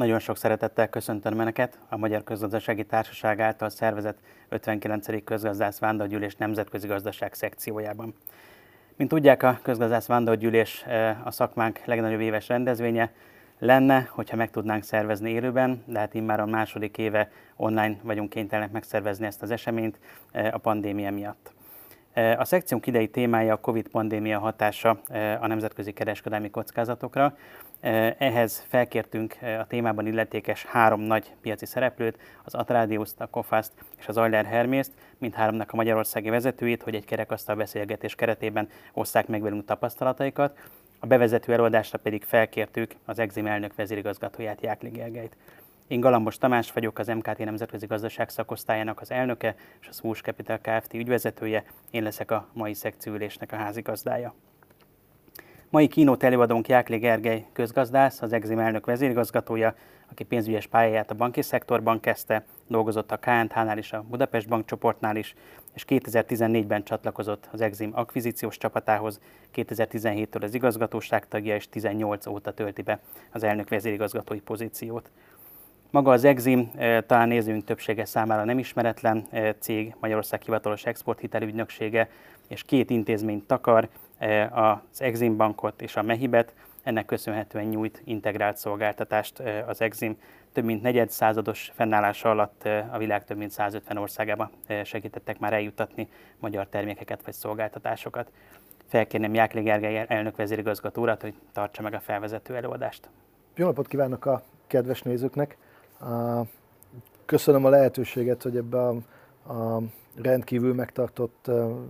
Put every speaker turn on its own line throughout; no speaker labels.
Nagyon sok szeretettel köszöntöm Önöket a Magyar Közgazdasági Társaság által szervezett 59. Közgazdász Vándorgyűlés Nemzetközi Gazdaság szekciójában. Mint tudják, a Közgazdász Vándorgyűlés a szakmánk legnagyobb éves rendezvénye lenne, hogyha meg tudnánk szervezni élőben, de hát immár a második éve online vagyunk kénytelenek megszervezni ezt az eseményt a pandémia miatt. A szekciónk idei témája a Covid-pandémia hatása a nemzetközi kereskedelmi kockázatokra. Ehhez felkértünk a témában illetékes 3 nagy piaci szereplőt, az Atradiust, a Coface-t és az Euler Hermést, mindháromnak a magyarországi vezetőit, hogy egy kerekasztal beszélgetés keretében osszák meg velünk tapasztalataikat. A bevezető előadásra pedig felkértük az EXIM elnök vezérigazgatóját, Jákli Gergelyt. Én Galambos Tamás vagyok, az MKT Nemzetközi Gazdaság szakosztályának az elnöke és a Swoosh Capital Kft. Ügyvezetője. Én leszek a mai szekcióülésnek a házigazdája. Mai keynote előadónk Jákli Gergely közgazdász, az EXIM elnök vezérigazgatója, aki pénzügyes pályáját a banki szektorban kezdte, dolgozott a KNH-nál is, a Budapest Bank csoportnál is, és 2014-ben csatlakozott az EXIM akvizíciós csapatához, 2017-től az igazgatóság tagja, és 2018 óta tölti be az elnök vezérigazgatói pozíciót. Maga az EXIM talán nézőink többsége számára nem ismeretlen cég, Magyarország hivatalos exporthitelügynöksége, és 2 intézményt takar, az EXIM Bankot és a MEHIB-et. Ennek köszönhetően nyújt integrált szolgáltatást az EXIM. Több mint negyedszázados fennállása alatt a világ több mint 150 országába segítettek már eljuttatni magyar termékeket vagy szolgáltatásokat. Felkérném Jákli Gergely elnök vezérigazgató urat, hogy tartsa meg a felvezető előadást.
Jó napot kívánok a kedves nézőknek! Köszönöm a lehetőséget, hogy ebbe a rendkívül megtartott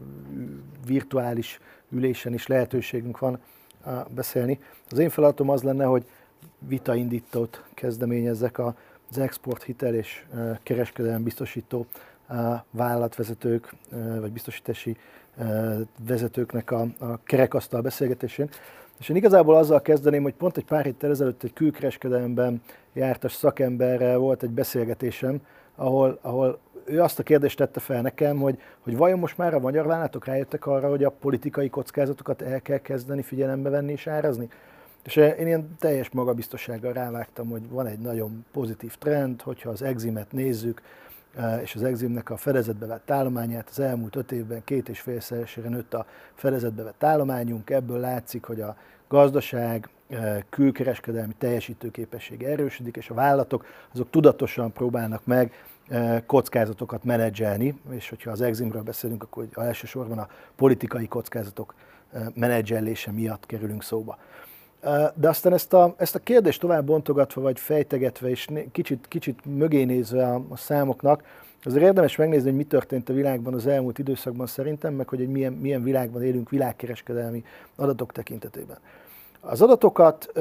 virtuális ülésen is lehetőségünk van beszélni. Az én feladatom az lenne, hogy vitaindítót kezdeményezzek az exporthitel és kereskedelem biztosító vállalatvezetők vagy biztosítási vezetőknek a kerekasztal beszélgetésén. És én igazából azzal kezdeném, hogy pont egy pár héttel ezelőtt egy külkereskedelemben jártas szakemberrel volt egy beszélgetésem, ahol ő azt a kérdést tette fel nekem, hogy vajon most már a magyar vállalatok rájöttek arra, hogy a politikai kockázatokat el kell kezdeni figyelembe venni és árazni. És én ilyen teljes magabiztossággal rávágtam, hogy van egy nagyon pozitív trend, hogyha az EXIM-et nézzük, és az EXIM-nek a fedezetbe vett állományát az elmúlt 5 évben 2,5-szeresére nőtt a fedezetbe vett állományunk, ebből látszik, hogy a gazdaság külkereskedelmi teljesítőképessége erősödik, és a vállalatok azok tudatosan próbálnak meg kockázatokat menedzselni, és hogyha az EXIM-ről beszélünk, akkor elsősorban a politikai kockázatok menedzselése miatt kerülünk szóba. De aztán ezt a kérdést tovább bontogatva, vagy fejtegetve, és kicsit mögé nézve a számoknak, azért érdemes megnézni, hogy mi történt a világban az elmúlt időszakban szerintem, meg hogy milyen világban élünk világkereskedelmi adatok tekintetében. Az adatokat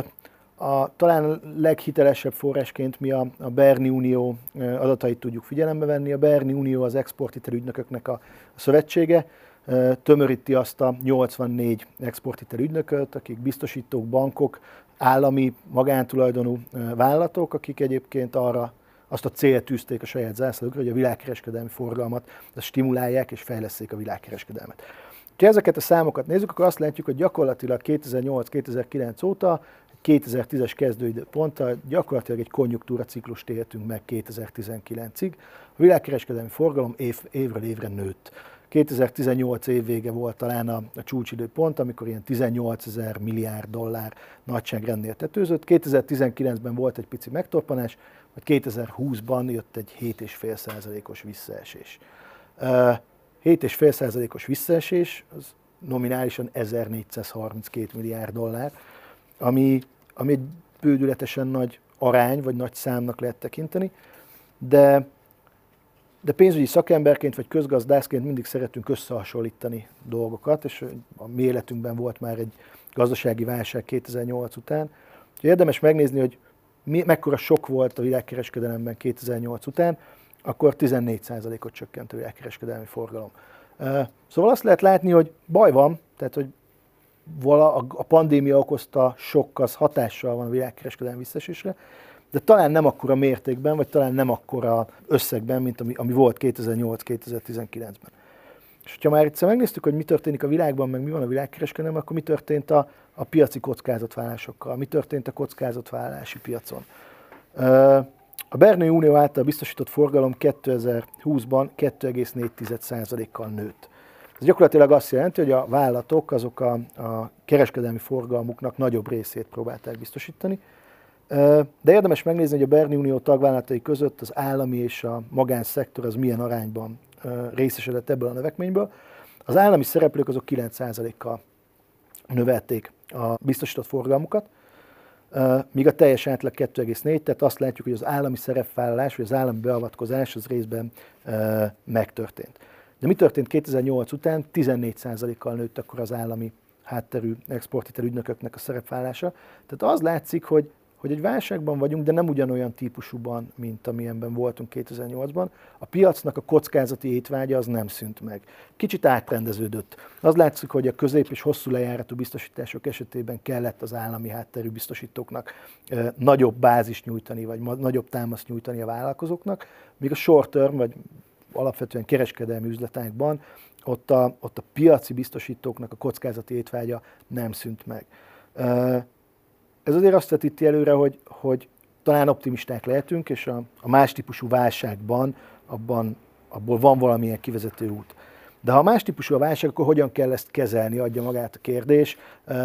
talán leghitelesebb forrásként mi a Berni Unió adatait tudjuk figyelembe venni. A Berni Unió az exporthitelügynököknek a szövetsége, tömöríti azt a 84 exporthitelügynököt, akik biztosítók, bankok, állami, magántulajdonú vállalatok, akik egyébként arra azt a célt tűzték a saját zászlókra, hogy a világkereskedelmi forgalmat stimulálják és fejlesszék a világkereskedelmet. Ha ezeket a számokat nézzük, akkor azt látjuk, hogy gyakorlatilag 2008-2009 óta, 2010-es kezdőidőponttal gyakorlatilag egy konjunktúra ciklust éltünk meg 2019-ig. A világkereskedelmi forgalom évről évre nőtt. 2018 év vége volt talán a csúcsidőpont, amikor ilyen 18 000 milliárd dollár nagyságrendnél tetőzött. 2019-ben volt egy pici megtorpanás, vagy 2020-ban jött egy 7,5%-os visszaesés. 7,5%-os visszaesés, az nominálisan 1432 milliárd dollár, ami egy bődületesen nagy arány, vagy nagy számnak lehet tekinteni, de pénzügyi szakemberként vagy közgazdászként mindig szeretünk összehasonlítani dolgokat, és a mi életünkben volt már egy gazdasági válság 2008 után. Érdemes megnézni, hogy mekkora sok volt a világkereskedelemben 2008 után, akkor 14%-ot csökkent a világkereskedelmi forgalom. Szóval azt lehet látni, hogy baj van, tehát hogy a pandémia okozta sok az hatással van a világkereskedelmi visszaesésre, de talán nem akkora mértékben, vagy talán nem akkora összegben, mint ami volt 2008-2019-ben. És ha már egyszer megnéztük, hogy mi történik a világban, meg mi van a világkereskedelemben, akkor mi történt a piaci kockázatvállalásokkal, mi történt a kockázatvállalási piacon. A Berni Unió által biztosított forgalom 2020-ban 2,4%-kal nőtt. Ez gyakorlatilag azt jelenti, hogy a vállalatok azok a kereskedelmi forgalmuknak nagyobb részét próbálták biztosítani. De érdemes megnézni, hogy a Berni Unió tagvállalatai között az állami és a magánszektor az milyen arányban részesedett ebből a növekményből. Az állami szereplők azok 9%-kal növelték a biztosított forgalmukat, míg a teljes átlag 2,4, tehát azt látjuk, hogy az állami szerepvállalás, vagy az állami beavatkozás az részben megtörtént. De mi történt 2008 után? 14%-kal nőtt akkor az állami hátterű exporthitel ügynököknek a szerepvállalása. Tehát az látszik, hogy egy válságban vagyunk, de nem ugyanolyan típusúban, mint amilyenben voltunk 2008-ban. A piacnak a kockázati étvágya az nem szűnt meg. Kicsit átrendeződött. Az látszik, hogy a közép- és hosszú lejáratú biztosítások esetében kellett az állami hátterű biztosítóknak nagyobb bázist nyújtani, vagy nagyobb támaszt nyújtani a vállalkozóknak, míg a short term, vagy alapvetően kereskedelmi üzletágban ott a piaci biztosítóknak a kockázati étvágya nem szűnt meg. Ez azért azt vetíti előre, hogy talán optimisták lehetünk, és a más típusú válságban abból van valamilyen kivezető út. De ha más típusú a válság, akkor hogyan kell ezt kezelni, adja magát a kérdés.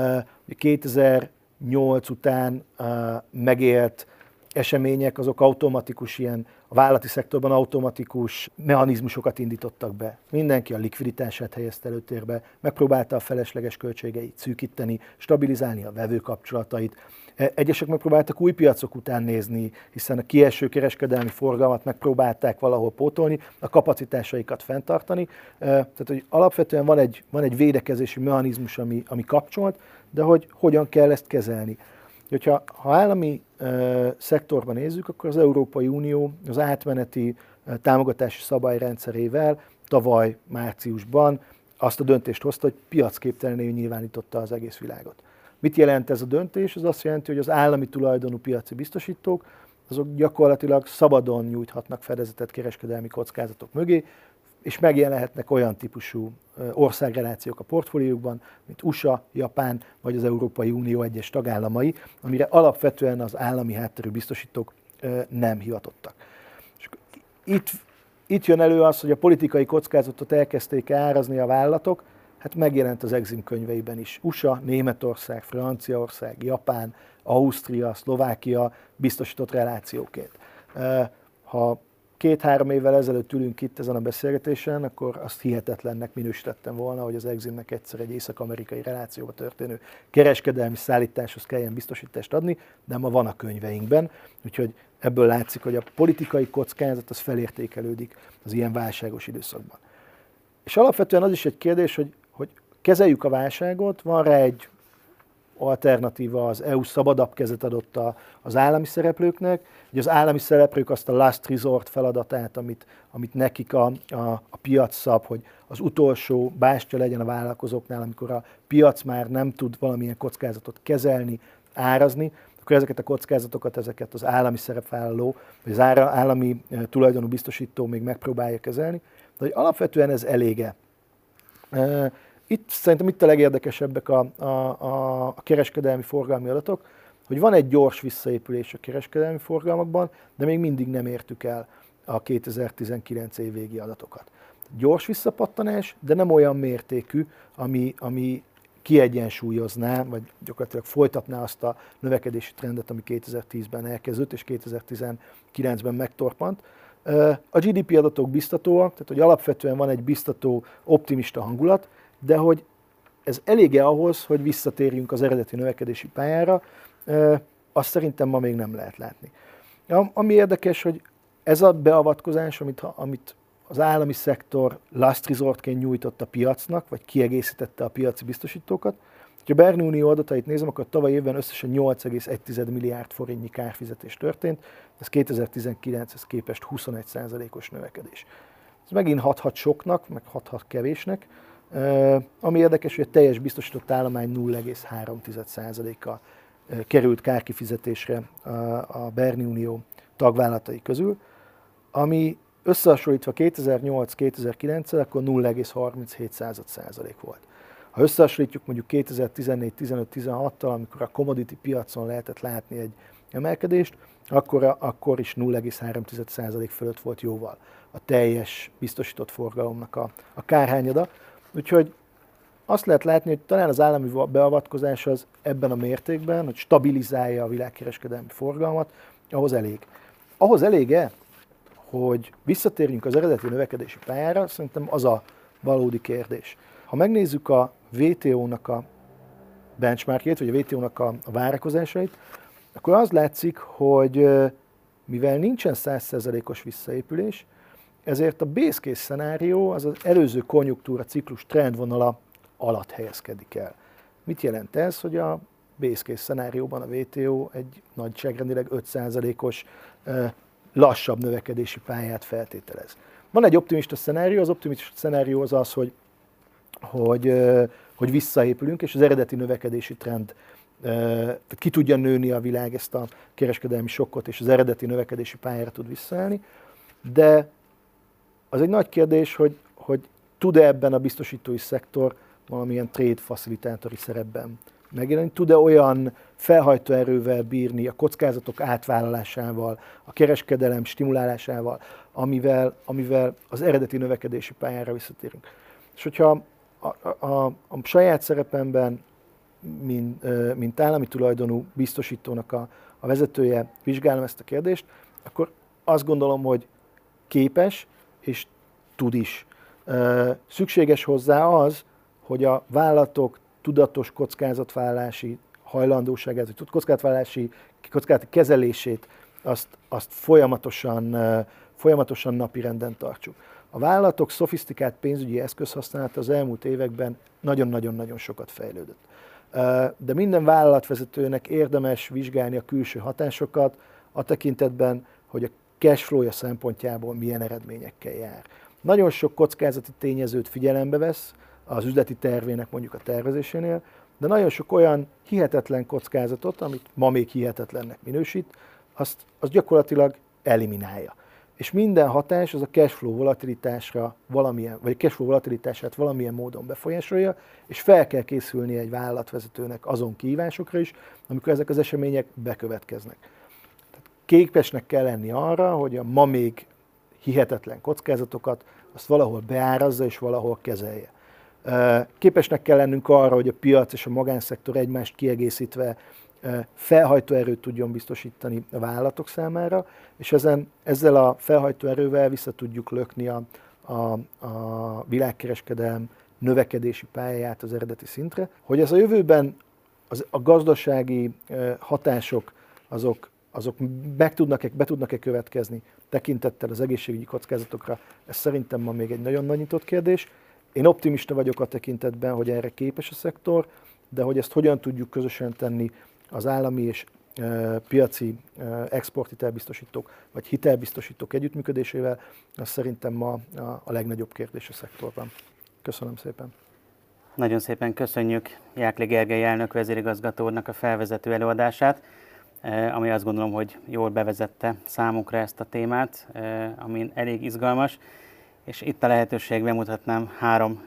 2008 után megélt események, azok automatikus ilyen, a vállalati szektorban automatikus mechanizmusokat indítottak be. Mindenki a likviditását helyezte előtérbe, megpróbálta a felesleges költségeit szűkíteni, stabilizálni a vevő kapcsolatait. Egyesek megpróbáltak új piacok után nézni, hiszen a kieső kereskedelmi forgalmat megpróbálták valahol pótolni, a kapacitásaikat fenntartani. Tehát, hogy alapvetően van egy védekezési mechanizmus, ami kapcsolt, de hogy hogyan kell ezt kezelni. Ha állami szektorban nézzük, akkor az Európai Unió az átmeneti támogatási szabályrendszerével tavaly márciusban azt a döntést hozta, hogy piacképtelenül nyilvánította az egész világot. Mit jelent ez a döntés? Ez azt jelenti, hogy az állami tulajdonú piaci biztosítók azok gyakorlatilag szabadon nyújthatnak fedezetet kereskedelmi kockázatok mögé, és megjelenhetnek olyan típusú országrelációk a portfóliókban, mint USA, Japán vagy az Európai Unió egyes tagállamai, amire alapvetően az állami hátterű biztosítók nem hivatottak. És itt jön elő az, hogy a politikai kockázatot elkezdték árazni a vállalatok, hát megjelent az Exim könyveiben is. USA, Németország, Franciaország, Japán, Ausztria, Szlovákia biztosított relációként. Ha 2-3 évvel ezelőtt ülünk itt ezen a beszélgetésen, akkor azt hihetetlennek minősítettem volna, hogy az Eximnek egyszer egy észak-amerikai relációba történő kereskedelmi szállításhoz kelljen biztosítást adni, de ma van a könyveinkben, úgyhogy ebből látszik, hogy a politikai kockázat az felértékelődik az ilyen válságos időszakban. És alapvetően az is egy kérdés, hogy kezeljük a válságot, van rá egy alternatíva, az EU szabadabb kezet adott az állami szereplőknek, hogy az állami szereplők azt a last resort feladatát, amit nekik a piac szab, hogy az utolsó bástya legyen a vállalkozóknál, amikor a piac már nem tud valamilyen kockázatot kezelni, árazni, akkor ezeket a kockázatokat, ezeket az állami szerepvállaló, vagy az állami tulajdonú biztosító még megpróbálja kezelni, de hogy alapvetően ez elége. Szerintem itt a legérdekesebbek a kereskedelmi forgalmi adatok, hogy van egy gyors visszaépülés a kereskedelmi forgalmakban, de még mindig nem értük el a 2019 év végi adatokat. Gyors visszapattanás, de nem olyan mértékű, ami kiegyensúlyozná, vagy gyakorlatilag folytatná azt a növekedési trendet, ami 2010-ben elkezdődött, és 2019-ben megtorpant. A GDP adatok biztatóak, tehát hogy alapvetően van egy biztató, optimista hangulat, de hogy ez elége ahhoz, hogy visszatérjünk az eredeti növekedési pályára, azt szerintem ma még nem lehet látni. Ami érdekes, hogy ez a beavatkozás, amit az állami szektor last resortként nyújtott a piacnak, vagy kiegészítette a piaci biztosítókat. Ha a Berni Unió adatait nézem, akkor tavaly évben összesen 8,1 milliárd forintnyi kárfizetés történt, ez 2019-hez képest 21%-os növekedés. Ez megint hathat soknak, meg hathat kevésnek. Ami érdekes, hogy a teljes biztosított állomány 0,3%-kal került kárkifizetésre a Berni Unió tagvállalatai közül, ami összehasonlítva 2008-2009-el, akkor 0,37% volt. Ha összehasonlítjuk mondjuk 2014-15-16-tal, amikor a commodity piacon lehetett látni emelkedést, akkor is 0,3% fölött volt jóval a teljes biztosított forgalomnak a kárhányada. Úgyhogy azt lehet látni, hogy talán az állami beavatkozás az ebben a mértékben, hogy stabilizálja a világkereskedelmi forgalmat, ahhoz elég. Ahhoz elég-e, hogy visszatérjünk az eredeti növekedési pályára, szerintem az a valódi kérdés. Ha megnézzük a WTO-nak a benchmarkjét, vagy a WTO-nak a várakozásait, akkor az látszik, hogy mivel nincsen 100%-os visszaépülés, ezért a base case szenárió az előző konjunktúra ciklus trendvonala alatt helyezkedik el. Mit jelent ez, hogy a base case szenárióban a WTO egy nagyságrendileg 5%-os lassabb növekedési pályát feltételez. Van egy optimista szenárió, az optimista szenárió az az, hogy visszaépülünk, és az eredeti növekedési trend ki tudja nőni a világ ezt a kereskedelmi sokkot, és az eredeti növekedési pályára tud visszaállni. De az egy nagy kérdés, hogy tud-e ebben a biztosítói szektor valamilyen trade facilitátori szerepben megjelenni, tud-e olyan felhajtó erővel bírni a kockázatok átvállalásával, a kereskedelem stimulálásával, amivel az eredeti növekedési pályára visszatérünk. És hogyha a saját szerepemben, mint állami tulajdonú biztosítónak a vezetője vizsgálom ezt a kérdést, akkor azt gondolom, hogy képes és tud is. Szükséges hozzá az, hogy a vállalatok tudatos kockázatvállalási hajlandóságát, vagy kockázati kezelését azt folyamatosan napirenden tartsuk. A vállalatok szofisztikált pénzügyi eszközhasználata az elmúlt években nagyon-nagyon-nagyon sokat fejlődött. De minden vállalatvezetőnek érdemes vizsgálni a külső hatásokat a tekintetben, hogy a cashflow-ja szempontjából milyen eredményekkel jár. Nagyon sok kockázati tényezőt figyelembe vesz az üzleti tervének mondjuk a tervezésénél, de nagyon sok olyan hihetetlen kockázatot, amit ma még hihetetlennek minősít, azt gyakorlatilag eliminálja. És minden hatás az a cashflow volatilitásra vagy cashflow volatilitását valamilyen módon befolyásolja, és fel kell készülni egy vállalatvezetőnek azon kihívásokra is, amikor ezek az események bekövetkeznek. Tehát képesnek kell lenni arra, hogy a ma még hihetetlen kockázatokat azt valahol beárazza és valahol kezelje. Képesnek kell lennünk arra, hogy a piac és a magánszektor egymást kiegészítve felhajtó erőt tudjon biztosítani a vállalatok számára, és ezzel a felhajtó erővel vissza tudjuk lökni a világkereskedelem növekedési pályáját az eredeti szintre. Hogy ez a jövőben a gazdasági hatások azok be tudnak-e következni tekintettel az egészségügyi kockázatokra, ez szerintem ma még egy nagyon nagy nyitott kérdés. Én optimista vagyok a tekintetben, hogy erre képes a szektor, de hogy ezt hogyan tudjuk közösen tenni az állami és piaci exporthitelbiztosítók vagy hitelbiztosítók együttműködésével, az szerintem ma a legnagyobb kérdés a szektorban. Köszönöm szépen.
Nagyon szépen köszönjük Jákli Gergely elnök vezérigazgató úrnak a felvezető előadását, ami azt gondolom, hogy jól bevezette számunkra ezt a témát, ami elég izgalmas. És itt a lehetőség, bemutatnám 3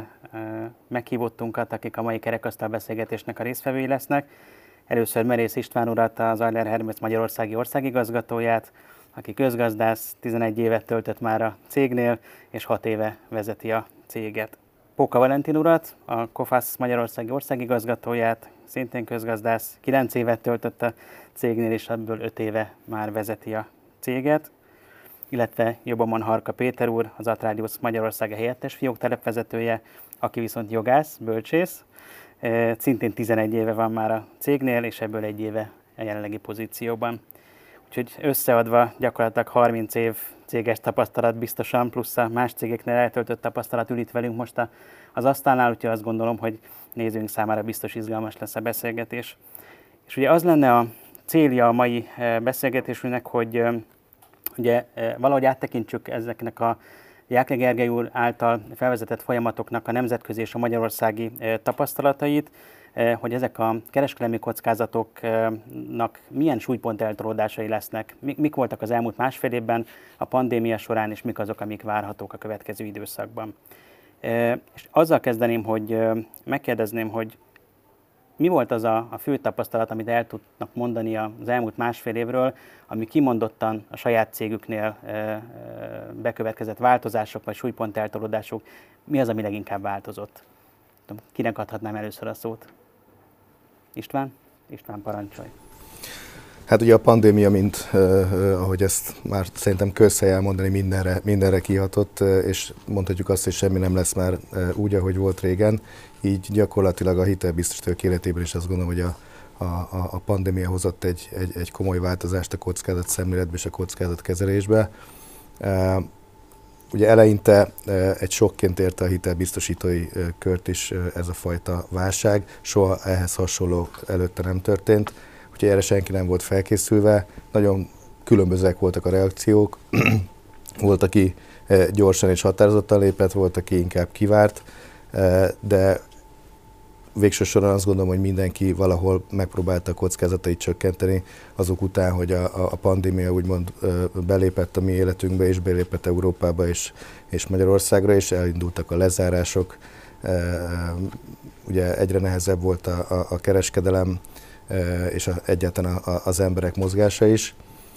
meghívottunkat, akik a mai kerekasztal beszélgetésnek a résztvevői lesznek. Először Merész István urat, az Euler Hermes magyarországi országigazgatóját, aki közgazdász, 11 évet töltött már a cégnél, és 6 éve vezeti a céget. Póka Valentin urat, a Kofasz magyarországi országigazgatóját, szintén közgazdász, 9 évet töltött a cégnél, és ebből 5 éve már vezeti a céget. Illetve Jobboman Harka Péter úr, az Atradius Magyarország helyettes fióktelepvezetője, aki viszont jogász, bölcsész. Szintén 11 éve van már a cégnél, és ebből 1 éve a jelenlegi pozícióban. Úgyhogy összeadva gyakorlatilag 30 év céges tapasztalat biztosan, plusz a más cégeknél eltöltött tapasztalat ül itt velünk most az asztalnál, úgyhogy azt gondolom, hogy nézőink számára biztos izgalmas lesz a beszélgetés. És ugye az lenne a célja a mai beszélgetésünknek, hogy ugye valahogy áttekintsük ezeknek a Jákli Gergely úr által felvezetett folyamatoknak a nemzetközi és a magyarországi tapasztalatait, hogy ezek a kereskedelmi kockázatoknak milyen súlyponteltolódásai lesznek, mik voltak az elmúlt másfél évben a pandémia során, és mik azok, amik várhatók a következő időszakban. És azzal kezdeném, hogy megkérdezném, hogy mi volt az a fő tapasztalat, amit el tudnak mondani az elmúlt másfél évről, ami kimondottan a saját cégüknél bekövetkezett változások vagy súlyponteltolódások, mi az, ami leginkább változott? Kinek adhatnám először a szót? István? István, parancsolj.
Hát ugye a pandémia, mint ahogy ezt már szerintem közhely elmondani, mindenre kihatott, és mondhatjuk azt, hogy semmi nem lesz már úgy, ahogy volt régen. Így gyakorlatilag a hitelbiztosítók életében is azt gondolom, hogy a pandémia hozott egy komoly változást a kockázat szemléletbe és a kockázat kezelésbe. Ugye eleinte egy sokként érte a hitelbiztosítói kört is ez a fajta válság, soha ehhez hasonló előtte nem történt. Úgyhogy erre senki nem volt felkészülve, nagyon különbözőek voltak a reakciók, volt, aki gyorsan és határozottan lépett, volt, aki inkább kivárt, de végső soron azt gondolom, hogy mindenki valahol megpróbálta a kockázatait csökkenteni azok után, hogy a pandémia úgymond belépett a mi életünkbe, és belépett Európába és Magyarországra, és elindultak a lezárások. Ugye egyre nehezebb volt a kereskedelem, és egyáltalán az emberek mozgása is.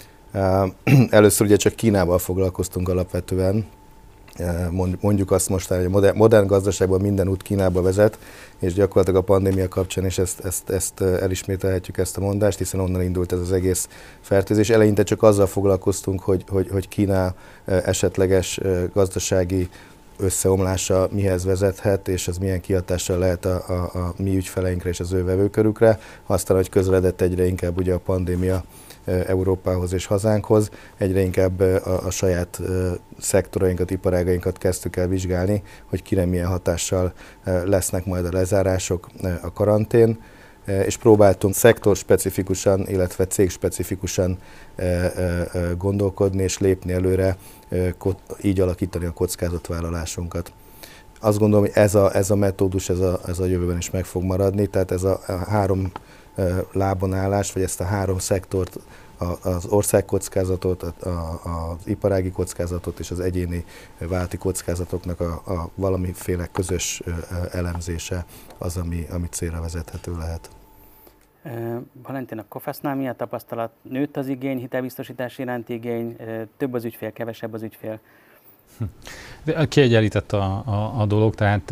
Először ugye csak Kínával foglalkoztunk alapvetően, mondjuk azt most, hogy a modern gazdaságban minden út Kínába vezet, és gyakorlatilag a pandémia kapcsán is ezt elismételhetjük, ezt a mondást, hiszen onnan indult ez az egész fertőzés. Eleinte csak azzal foglalkoztunk, hogy Kína esetleges gazdasági összeomlása mihez vezethet, és ez milyen kihatással lehet a mi ügyfeleinkre és az ő vevőkörükre. Aztán, hogy közeledett egyre inkább ugye a pandémia Európához és hazánkhoz, egyre inkább a saját szektorainkat, iparágainkat kezdtük el vizsgálni, hogy kire milyen hatással lesznek majd a lezárások, a karantén, és próbáltunk szektorspecifikusan, illetve cégspecifikusan gondolkodni és lépni előre, így alakítani a kockázatvállalásunkat. Azt gondolom, hogy ez a metódus, ez a jövőben is meg fog maradni, tehát ez a három lábon állás, vagy ezt a három szektort, az országkockázatot, az iparági kockázatot és az egyéni vállalati kockázatoknak a valamiféle közös elemzése az, ami célra vezethető lehet.
Valentin, a Cofasznál mi a tapasztalat? Nőtt az igény, hitelbiztosítás iránti igény, több az ügyfél, kevesebb az ügyfél?
Kiegyenlített a dolog, tehát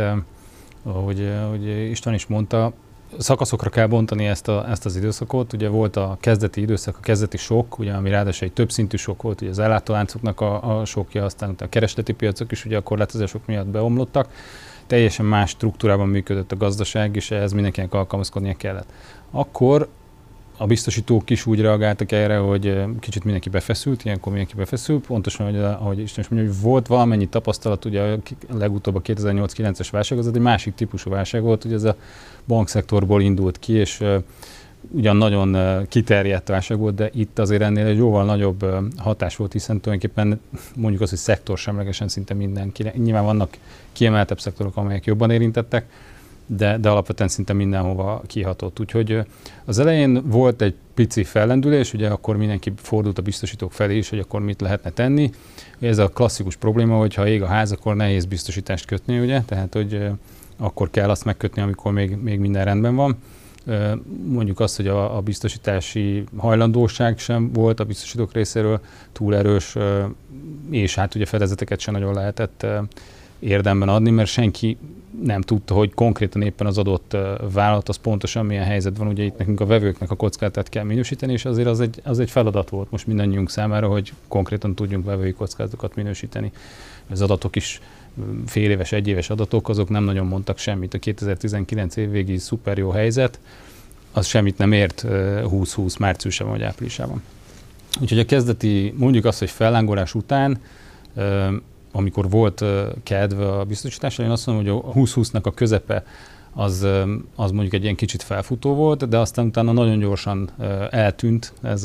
ahogy István is mondta, szakaszokra kell bontani ezt az időszakot. Ugye volt a kezdeti időszak, a kezdeti sok, ugye, ami ráadásul egy többszintű sok volt, ugye az ellátóláncoknak a sokja, aztán a keresleti piacok is ugye a korlátozások miatt beomlottak. Teljesen más struktúrában működött a gazdaság, és ehhez mindenkinek alkalmazkodnia kellett. Akkor a biztosítók is úgy reagáltak erre, hogy kicsit mindenki befeszült, ilyenkor mindenki befeszült. Pontosan, ahogy Isten is mondja, hogy volt valamennyi tapasztalat, ugye a legutóbb a 2008-9-es válság, az egy másik típusú válság volt, hogy ez a bankszektorból indult ki, és ugyan nagyon kiterjedt válság volt, de itt azért ennél egy jóval nagyobb hatás volt, hiszen tulajdonképpen mondjuk azt, hogy szektorsemlegesen szinte mindenki. Nyilván vannak kiemeltebb szektorok, amelyek jobban érintettek, de alapvetően szinte mindenhova kihatott. Úgyhogy az elején volt egy pici fellendülés, ugye akkor mindenki fordult a biztosítók felé is, hogy akkor mit lehetne tenni. Ez a klasszikus probléma, hogy ha ég a ház, akkor nehéz biztosítást kötni, ugye? Tehát, hogy akkor kell azt megkötni, amikor még minden rendben van. Mondjuk azt, hogy a biztosítási hajlandóság sem volt a biztosítók részéről túl erős, és hát ugye fedezeteket sem nagyon lehetett érdemben adni, mert senki nem tudta, hogy konkrétan éppen az adott vállalat az pontosan milyen helyzet van. Ugye itt nekünk a vevőknek a kockázatát kell minősíteni, és azért az egy feladat volt most mindannyiunk számára, hogy konkrétan tudjunk vevői kockázatokat minősíteni. Az adatok is fél éves, egyéves adatok, azok nem nagyon mondtak semmit. A 2019 évvégi szuper jó helyzet, az semmit nem ért 2020 márciusában vagy áprilisában. Úgyhogy a kezdeti, mondjuk azt, hogy fellángolás után, amikor volt kedv a biztosításra, én azt mondom, hogy a 2020-nak a közepe az mondjuk egy ilyen kicsit felfutó volt, de aztán utána nagyon gyorsan eltűnt ez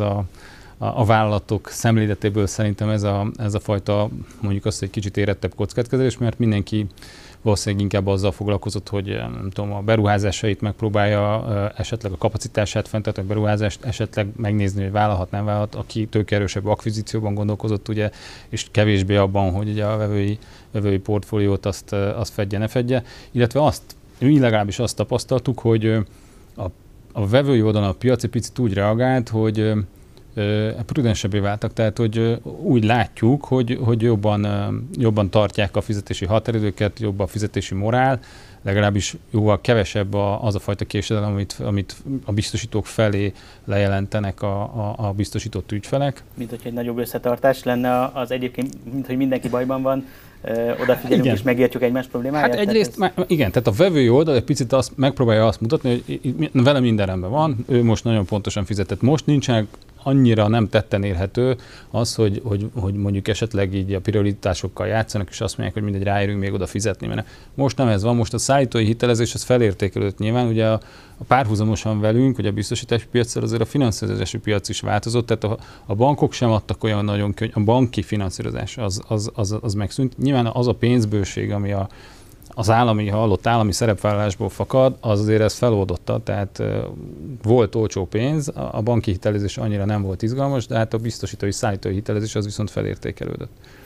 a vállalatok szemléletéből szerintem ez a fajta, mondjuk azt, egy kicsit érettebb kockázatkezelés, mert mindenki valószínűleg inkább azzal foglalkozott, hogy nem tudom, a beruházásait megpróbálja, esetleg a kapacitását fenntartani, a beruházást esetleg megnézni, hogy vállalhat, nem vállalhat, aki tőkeerősebb akvizícióban gondolkozott, ugye, és kevésbé abban, hogy ugye a vevői portfóliót azt fedje, ne fedje, illetve mi legalábbis azt tapasztaltuk, hogy a vevői oldalon a piac egy picit úgy reagált, hogy prudensebbé váltak, tehát hogy úgy látjuk, hogy jobban tartják a fizetési határidőket, jobb a fizetési morál, legalábbis jóval kevesebb az a fajta késedelem, amit a biztosítók felé lejelentenek a biztosított ügyfelek.
Mint hogy egy nagyobb összetartás lenne az egyébként, mint hogy mindenki bajban van, odafigyelünk és megértjük egymás problémáját?
Hát egyrészt, igen, tehát a vevői oldal egy picit megpróbálja azt mutatni, hogy vele minden rendben van, ő most nagyon pontosan fizetett. Most nincsenek annyira nem tetten érhető az, hogy mondjuk esetleg így a prioritásokkal játszanak, és azt mondják, hogy mindegy, ráérünk még oda fizetni. Mert most nem ez van, most a szállítói hitelezés az felértékelődött nyilván, ugye a párhuzamosan velünk, hogy a biztosítási piacról azért a finanszírozási piac is változott, tehát a bankok sem adtak olyan nagyon a banki finanszírozás az megszűnt. Nyilván az a pénzbőség, ami az hallott állami szerepvállalásból fakad, az azért ezt feloldotta, tehát volt olcsó pénz, a banki hitelezés annyira nem volt izgalmas, de hát a biztosítói szállítói hitelezés az viszont felértékelődött.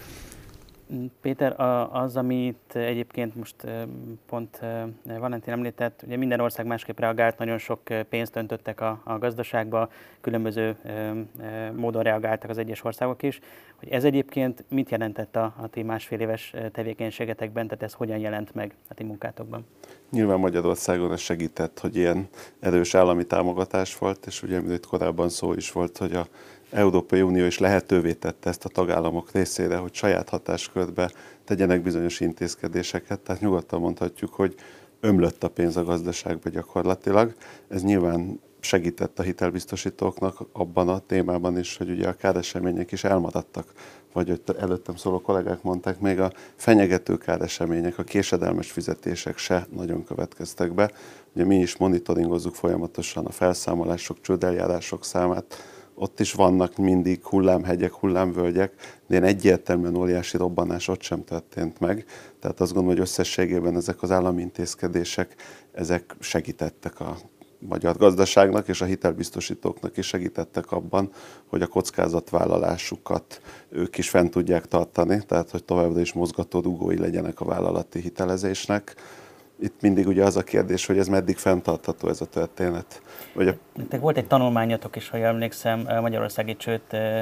Péter, az, amit egyébként most pont Valentin említett, ugye minden ország másképp reagált, nagyon sok pénzt öntöttek a gazdaságba, különböző módon reagáltak az egyes országok is. Hogy ez egyébként mit jelentett a ti másfél éves tevékenységetekben, tehát ez hogyan jelent meg a ti munkátokban?
Nyilván Magyarországon ez segített, hogy ilyen erős állami támogatás volt, és ugye itt korábban szó is volt, hogy a Európai Unió is lehetővé tette ezt a tagállamok részére, hogy saját hatáskörbe tegyenek bizonyos intézkedéseket, tehát nyugodtan mondhatjuk, hogy ömlött a pénz a gazdaságba gyakorlatilag. Ez nyilván segített a hitelbiztosítóknak abban a témában is, hogy ugye a káresemények is elmaradtak, vagy előttem szóló kollégák mondták, még a fenyegető káresemények, a késedelmes fizetések se nagyon következtek be. Ugye mi is monitoringozzuk folyamatosan a felszámolások, csődeljárások számát. Ott is vannak mindig hullámhegyek, hullámvölgyek, de ilyen egyértelműen óriási robbanás ott sem történt meg. Tehát azt gondolom, hogy összességében ezek az állami intézkedések, ezek segítettek a magyar gazdaságnak és a hitelbiztosítóknak is segítettek abban, hogy a kockázatvállalásukat ők is fent tudják tartani, tehát hogy továbbra is mozgatórugói legyenek a vállalati hitelezésnek. Itt mindig ugye az a kérdés, hogy ez meddig fenntartható ez a történet.
Nektek volt egy tanulmányatok is, ha jól emlékszem, magyarországi csőd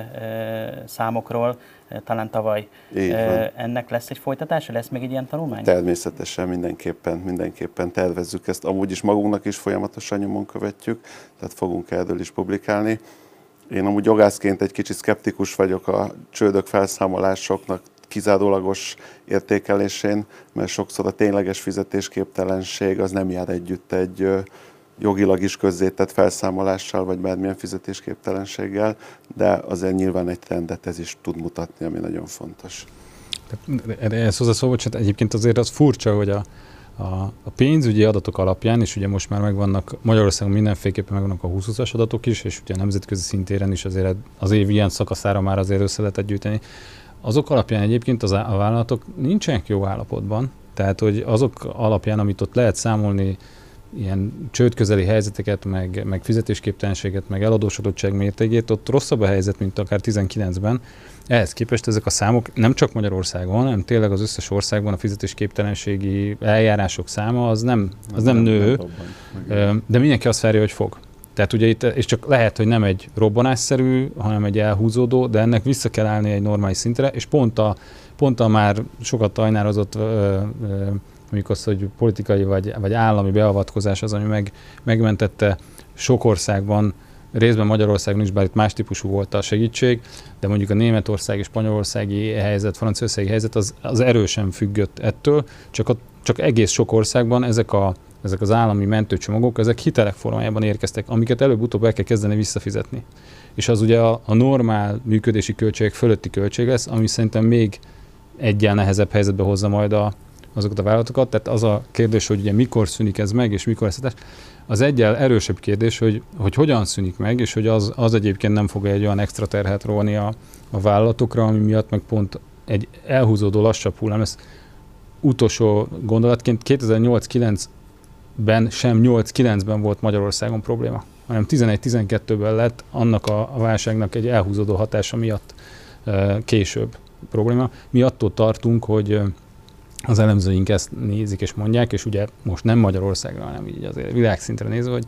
számokról, talán tavaly. Ennek lesz egy folytatása? Lesz még egy ilyen tanulmány?
Természetesen, mindenképpen tervezzük ezt. Amúgy is magunknak is folyamatosan nyomon követjük, tehát fogunk erről is publikálni. Én amúgy jogászként egy kicsit szkeptikus vagyok a csődök, felszámolásoknak kizárólagos értékelésén, mert sokszor a tényleges fizetésképtelenség az nem jár együtt egy jogilag is közzétett felszámolással, vagy bármilyen fizetésképtelenséggel, de azért nyilván egy trendet ez is tud mutatni, ami nagyon fontos.
Ez hozzászólva, hogy egyébként azért az furcsa, hogy a pénzügyi adatok alapján, és ugye most már megvannak, Magyarországon mindenféleképpen megvannak a 2020-as adatok is, és ugye a nemzetközi szintéren is azért az év ilyen szakaszára már azért össze lehetett gyűjteni. Azok alapján egyébként a vállalatok nincsenek jó állapotban, tehát hogy azok alapján, amit ott lehet számolni, ilyen csődközeli helyzeteket, meg fizetésképtelenséget, meg eladósodottság mértékét, ott rosszabb a helyzet, mint akár 19-ben. Ehhez képest ezek a számok nem csak Magyarországon, hanem tényleg az összes országban a fizetésképtelenségi eljárások száma az nem nő, de mindenki azt várja, hogy fog. Tehát ugye itt, és csak lehet, hogy nem egy robbanásszerű, hanem egy elhúzódó, de ennek vissza kell állni egy normális szintre, és pont a már sokat ajnározott mondjuk azt, hogy politikai vagy állami beavatkozás az, ami megmentette sok országban, részben Magyarországon is, bár itt más típusú volt a segítség, de mondjuk a németországi, spanyolországi helyzet, franciaországi helyzet az erősen függött ettől, csak egész sok országban ezek az állami mentőcsomagok, ezek hitelek formájában érkeztek, amiket előbb-utóbb el kell kezdeni visszafizetni. És az ugye a normál működési költségek fölötti költség lesz, ami szerintem még egyen nehezebb helyzetbe hozza majd azokat a vállalatokat. Tehát az a kérdés, hogy ugye mikor szűnik ez meg, és mikor lesz az egyel erősebb kérdés, hogy hogyan szűnik meg, és hogy az egyébként nem fog egy olyan extra terhet róni a vállalatokra, ami miatt meg pont egy elhúzódó lassabb hullám lesz. Utolsó gondolatként 2008-9-ben sem 8-9-ben volt Magyarországon probléma, hanem 11-12-ben lett annak a válságnak egy elhúzódó hatása miatt később probléma. Mi attól tartunk, hogy az elemzőink ezt nézik és mondják, és ugye most nem Magyarországra, hanem így azért világszintre nézve, hogy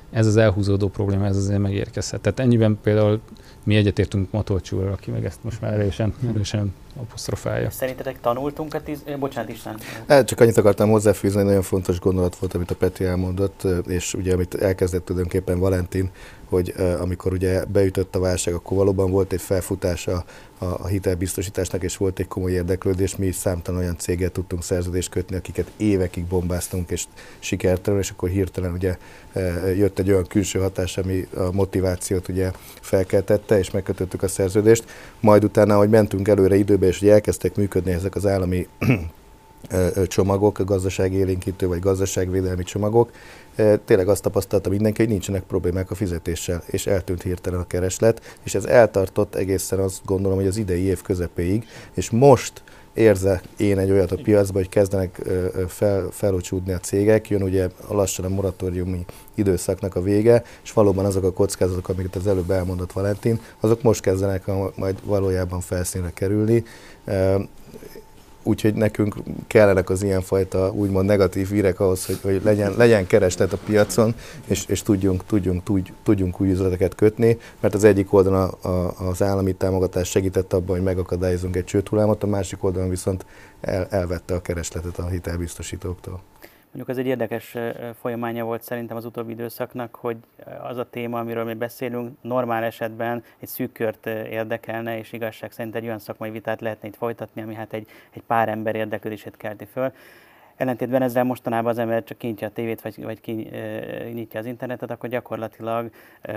ez az elhúzódó probléma, ez azért megérkezhet. Tehát ennyiben például mi egyetértünk Matolcsy úrral, aki meg ezt most már erősen apostrofálja.
Szerintetek tanultunk bocsánat István.
Csak annyit akartam hozzáfűzni, hogy nagyon fontos gondolat volt, amit a Peti elmondott, és ugye amit elkezdett tulajdonképpen Valentin, hogy amikor ugye beütött a válság, akkor valóban volt egy felfutása a hitelbiztosításnak, és volt egy komoly érdeklődés. Mi is számtalan olyan céggel tudtunk szerződést kötni, akiket évekig bombáztunk, és sikertelen, és akkor hirtelen ugye jött egy olyan külső hatás, ami a motivációt ugye felkeltette, és megkötöttük a szerződést. Majd utána, hogy mentünk előre időbe, és ugye elkezdtek működni ezek az állami csomagok, gazdaságélénkítő vagy gazdaságvédelmi csomagok, tényleg azt tapasztalta mindenki, hogy nincsenek problémák a fizetéssel, és eltűnt hirtelen a kereslet, és ez eltartott egészen azt gondolom, hogy az idei év közepéig, és most érzek én egy olyat a piacban, hogy kezdenek felocsúdni a cégek, jön ugye lassan a moratóriumi időszaknak a vége, és valóban azok a kockázatok, amiket az előbb elmondott Valentin, azok most kezdenek majd valójában felszínre kerülni. Úgyhogy nekünk kellenek az ilyenfajta úgymond negatív hírek ahhoz, hogy legyen kereslet a piacon, és tudjunk új üzleteket kötni, mert az egyik oldalon az állami támogatás segített abban, hogy megakadályozunk egy csődhullámot, a másik oldalon viszont elvette a keresletet a hitelbiztosítóktól.
Mondjuk ez egy érdekes folyamánya volt szerintem az utóbbi időszaknak, hogy az a téma, amiről mi beszélünk, normál esetben egy szűk kört érdekelne, és igazság szerint egy olyan szakmai vitát lehetne itt folytatni, ami hát egy pár ember érdeklődését kelti föl. Ellentétben ezzel mostanában az ember csak kinyitja a tévét, vagy kinyitja az internetet, akkor gyakorlatilag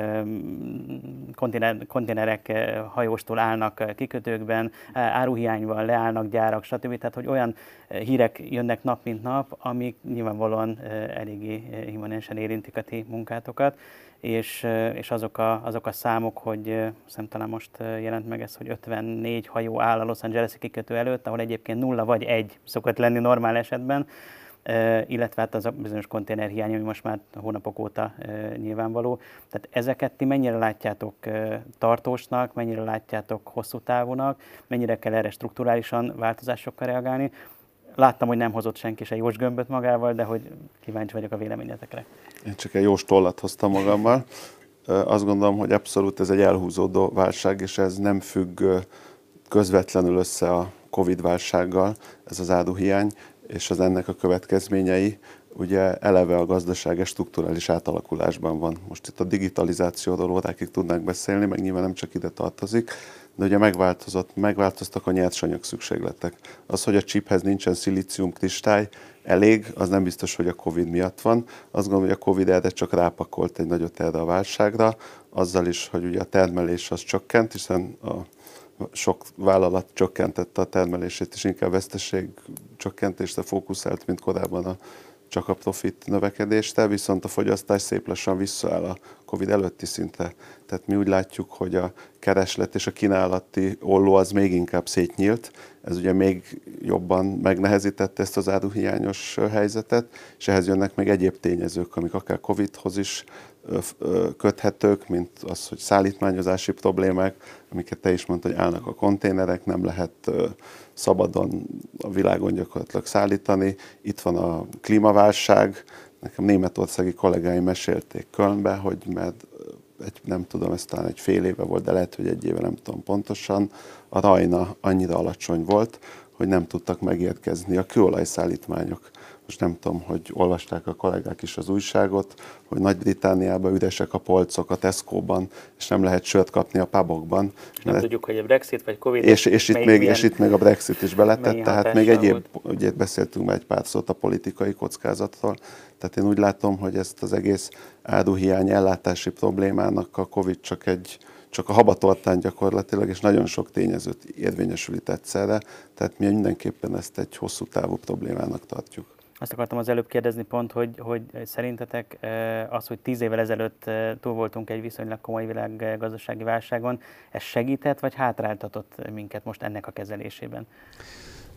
konténerek hajóstól állnak kikötőkben, áruhiány van, leállnak gyárak, stb. Tehát, hogy olyan hírek jönnek nap mint nap, amik nyilvánvalóan eléggé immanensen érintik a ti munkátokat, és azok a számok, hogy hiszem talán most jelent meg ez, hogy 54 hajó áll a Los Angeles-i kikötő előtt, ahol egyébként 0 vagy 1 szokott lenni normál esetben, illetve hát az a bizonyos konténerhiány, ami most már hónapok óta nyilvánvaló. Tehát ezeket ti mennyire látjátok tartósnak, mennyire látjátok hosszú távúnak, mennyire kell erre strukturálisan változásokkal reagálni? Láttam, hogy nem hozott senki se Jós gömböt magával, de hogy kíváncsi vagyok a véleményetekre.
Én csak egy Jós tollat hoztam magammal. Azt gondolom, hogy abszolút ez egy elhúzódó válság, és ez nem függ közvetlenül össze a Covid-válsággal, ez az áruhiány, és az ennek a következményei. Ugye eleve a gazdaság strukturális átalakulásban van. Most itt a digitalizációról órákig tudnánk beszélni, meg nyilván nem csak ide tartozik, de ugye megváltoztak a nyersanyag szükségletek. Az, hogy a chiphez nincsen szilícium kristály, elég, az nem biztos, hogy a Covid miatt van. Azt gondolom, hogy a Covid erre csak rápakolt egy nagyot erre a válságra, azzal is, hogy ugye a termelés az csökkent, hiszen a sok vállalat csökkentette a termelését, és inkább veszteség csökkentésre fókuszált, mint korábban csak a profit növekedésre, viszont a fogyasztás szép lassan visszaáll a Covid előtti szintre. Tehát mi úgy látjuk, hogy a kereslet és a kínálati olló az még inkább szétnyílt. Ez ugye még jobban megnehezítette ezt az áruhiányos helyzetet, és ehhez jönnek még egyéb tényezők, amik akár Covid-hoz is köthetők, mint az, hogy szállítmányozási problémák, amiket te is mondtad, hogy állnak a konténerek, nem lehet szabadon a világon gyakorlatilag szállítani. Itt van a klímaválság, nekem németországi kollégáim mesélték Kölnbe, hogy mert nem tudom, ez talán egy fél éve volt, de lehet, hogy egy éve, nem tudom pontosan, a Rajna annyira alacsony volt, hogy nem tudtak megérkezni a kőolajszállítmányok. Most nem tudom, hogy olvasták a kollégák is az újságot, hogy Nagy-Britanniában üresek a polcok a Tesco-ban, és nem lehet sört kapni a pubokban.
Nem tudjuk, hogy a Brexit vagy Covid...
És itt még a Brexit is beletett, tehát még egyéb, ugye beszéltünk már egy pár szót a politikai kockázatról, tehát én úgy látom, hogy ezt az egész áruhiány ellátási problémának a Covid csak a habatortán gyakorlatilag, és nagyon sok tényezőt érvényesülít egyszerre, tehát mi mindenképpen ezt egy hosszú távú problémának tartjuk.
Azt akartam az előbb kérdezni pont, hogy szerintetek az, hogy 10 évvel ezelőtt túl voltunk egy viszonylag komoly világgazdasági válságon, ez segített vagy hátráltatott minket most ennek a kezelésében?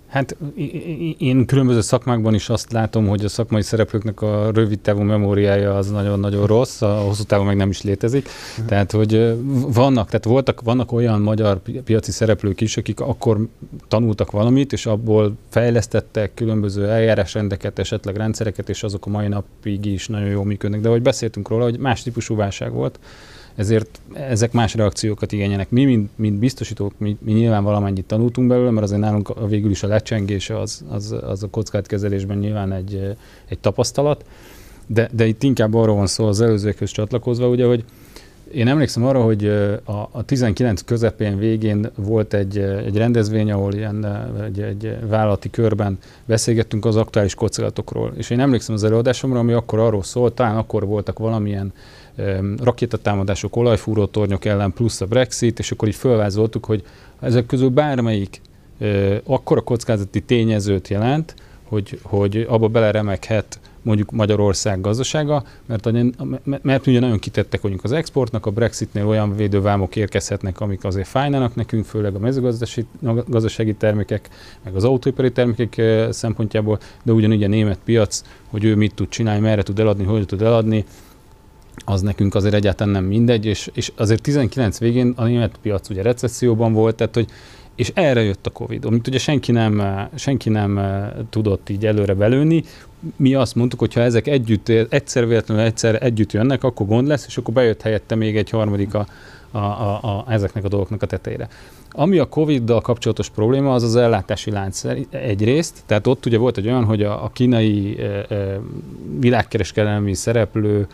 Hát én különböző szakmákban is azt látom, hogy a szakmai szereplőknek a rövid távú memóriája az nagyon-nagyon rossz, a hosszú távú meg nem is létezik. Tehát, hogy vannak olyan magyar piaci szereplők is, akik akkor tanultak valamit, és abból fejlesztettek különböző eljárásrendeket, esetleg rendszereket, és azok a mai napig is nagyon jól működnek. De ahogy beszéltünk róla, hogy más típusú válság volt, ezért ezek más reakciókat igényelnek. Mi, mint biztosítók, mi nyilván valamennyit tanultunk belőle, mert azért nálunk végül is a lecsengés az a kockázatkezelésben nyilván egy tapasztalat, de itt inkább arról van szó az előzőkhöz csatlakozva, ugye, hogy én emlékszem arra, hogy a 19 közepén végén volt egy rendezvény, ahol egy vállalati körben beszélgettünk az aktuális kockázatokról. És én emlékszem az előadásomra, ami akkor arról szólt, talán akkor voltak valamilyen rakétatámadások, olajfúrótornyok ellen plusz a Brexit, és akkor így fölvázoltuk, hogy ezek közül bármelyik akkora kockázati tényezőt jelent, hogy abba beleremeghet mondjuk Magyarország gazdasága, mert ugye nagyon kitettek vagyunk az exportnak, a Brexitnél olyan védővámok érkezhetnek, amik azért fájnának nekünk, főleg a mezőgazdasági termékek, meg az autóipari termékek szempontjából, de ugyanígy a német piac, hogy ő mit tud csinálni, merre tud eladni, hogy tud eladni, az nekünk azért egyáltalán nem mindegy, és azért 19 végén a német piac ugye recesszióban volt, tehát hogy és erre jött a Covid, amit ugye senki nem tudott így előre belőni. Mi azt mondtuk, hogy ha ezek egyszer együtt jönnek, akkor gond lesz, és akkor bejött helyette még egy harmadik ezeknek a dolgoknak a tetejére. Ami a Covid-dal kapcsolatos probléma, az az ellátási lánc egyrészt, tehát ott ugye volt egy olyan, hogy a kínai világkereskedelmi szereplő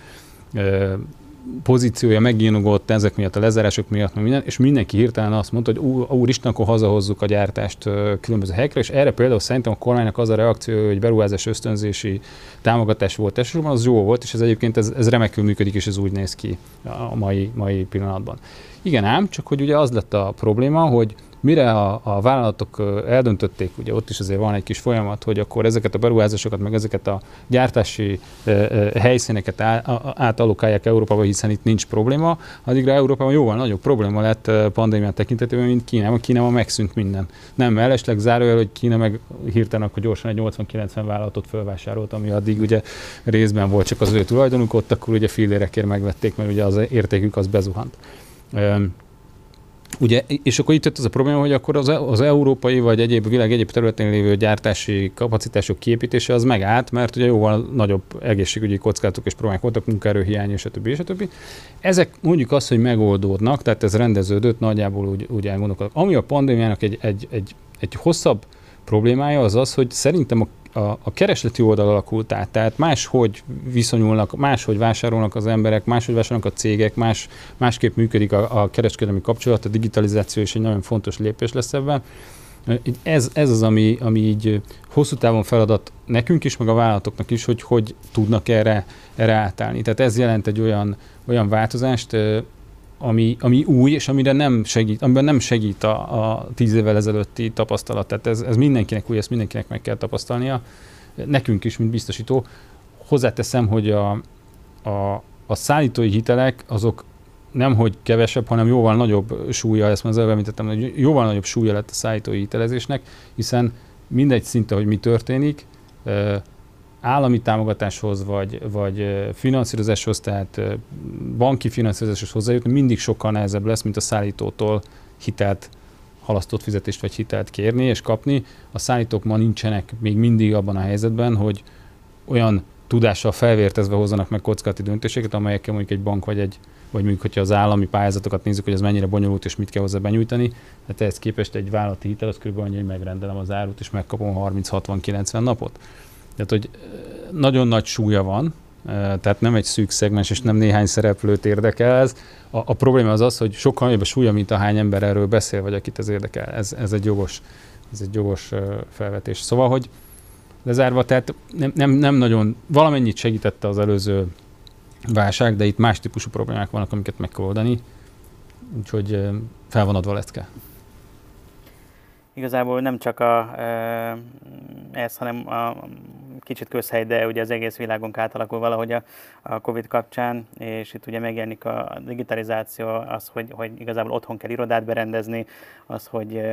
pozíciója megjínogott ezek miatt, a lezárások miatt, meg minden, és mindenki hirtelen azt mondta, hogy úristen, akkor hazahozzuk a gyártást különböző helyekre, és erre például szerintem a kormánynak az a reakció, hogy beruházás ösztönzési támogatás volt elsősorban, az jó volt, és ez egyébként ez remekül működik, és ez úgy néz ki a mai pillanatban. Igen ám, csak hogy ugye az lett a probléma, hogy mire a vállalatok eldöntötték, ugye ott is azért van egy kis folyamat, hogy akkor ezeket a beruházásokat, meg ezeket a gyártási helyszíneket átalokálják Európába, hiszen itt nincs probléma, addigra Európában jóval nagyobb probléma lett pandémia tekintetében, mint Kínában. Kínában megszűnt minden. Nem mellesleg zárójel, hogy Kína meg hirtelen akkor gyorsan egy 80-90 vállalatot fölvásárolt, ami addig ugye részben volt csak az ő tulajdonuk, ott akkor ugye fillérekért megvették, mert ugye az értékük az bezuhant. Ugye, és akkor itt jött az a probléma, hogy akkor az európai vagy világ egyéb területén lévő gyártási kapacitások kiépítése az megállt, mert ugye jóval nagyobb egészségügyi kockázatok és problémák voltak, munkaerőhiány, és a többi. Ezek mondjuk azt, hogy megoldódnak, tehát ez rendeződött, nagyjából úgy elgondolkodok. Ami a pandémiának egy hosszabb problémája az az, hogy szerintem a keresleti oldal alakult át, tehát máshogy viszonyulnak, máshogy vásárolnak az emberek, máshogy vásárolnak a cégek, másképp működik a kereskedelmi kapcsolat, a digitalizáció is egy nagyon fontos lépés lesz ebben. Ez az, ami így hosszú távon feladat nekünk is, meg a vállalatoknak is, hogy tudnak erre átállni. Tehát ez jelent egy olyan változást, ami új, és amiben nem segít a 10 évvel ezelőtti tapasztalat. Tehát ez mindenkinek új, ezt mindenkinek meg kell tapasztalnia. Nekünk is, mint biztosító. Hozzáteszem, hogy a szállítói hitelek azok nemhogy kevesebb, hanem jóval nagyobb súlya, ezt már az előbb említettem, hogy jóval nagyobb súlya lett a szállítói hitelezésnek, hiszen mindegy szinte, hogy mi történik, állami támogatáshoz, vagy finanszírozáshoz, tehát banki finanszírozáshoz hozzájutni mindig sokkal nehezebb lesz, mint a szállítótól hitelt, halasztott fizetést vagy hitelt kérni és kapni. A szállítók ma nincsenek még mindig abban a helyzetben, hogy olyan tudással felvértezve hozzanak meg kockázati döntéseket, amelyekkel mondjuk egy bank vagy mondjuk, hogyha az állami pályázatokat nézzük, hogy ez mennyire bonyolult és mit kell hozzá benyújtani. Hát ehhez képest egy vállalati hitel az kb. Annyi, hogy megrendelem az árut és megkapom 30-60-90 napot. Tehát, hogy nagyon nagy súlya van, tehát nem egy szűk szegmens, és nem néhány szereplőt érdekel ez. A probléma az, hogy sokkal nagyobb a súlya, mint ahány ember erről beszél, vagy akit ez érdekel. Ez egy jogos felvetés. Szóval, hogy lezárva, tehát nem nagyon, valamennyit segítette az előző válság, de itt más típusú problémák vannak, amiket meg kell oldani. Úgyhogy fel van adva lecke.
Igazából nem csak ez, hanem kicsit közhely, de ugye az egész világon átalakul valahogy a Covid kapcsán, és itt ugye megjelenik a digitalizáció, az, hogy igazából otthon kell irodát berendezni, az, hogy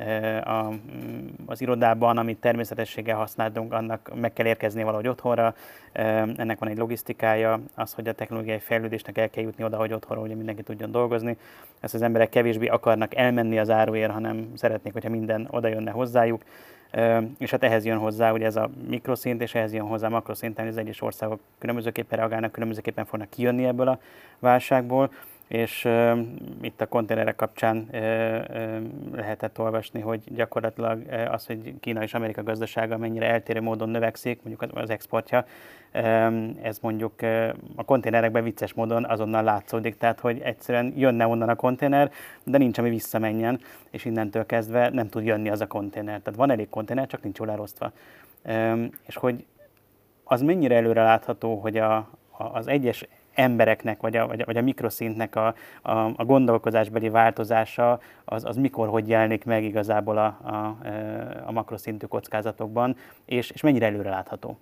az irodában, amit természetességgel használunk, annak meg kell érkezni valahogy otthonra, ennek van egy logisztikája, az, hogy a technológiai fejlődésnek el kell jutni oda, hogy otthonról ugye mindenki tudjon dolgozni. Ezt az emberek kevésbé akarnak elmenni az áruért, hanem szeretnék, hogyha minden oda jönne hozzájuk. És hát ehhez jön hozzá ugye ez a mikraszint, és ehhez jön hozzá a makroszinten, hogy az egyes országok különbözőképpen reagálnak, különbözőképpen fognak kijönni ebből a válságból, és itt a konténerek kapcsán lehetett olvasni, hogy gyakorlatilag az, hogy Kína és Amerika gazdasága mennyire eltérő módon növekszik, mondjuk az exportja, ez mondjuk a konténerekben vicces módon azonnal látszódik, tehát hogy egyszerűen jönne onnan a konténer, de nincs, ami visszamenjen, és innentől kezdve nem tud jönni az a konténer. Tehát van elég konténer, csak nincs jól elosztva. És hogy az mennyire előre látható, hogy az egyes embereknek, vagy a mikroszintnek a gondolkozásbeli változása, az mikor, hogy jelenik meg igazából a makroszintű kockázatokban, és mennyire előre látható.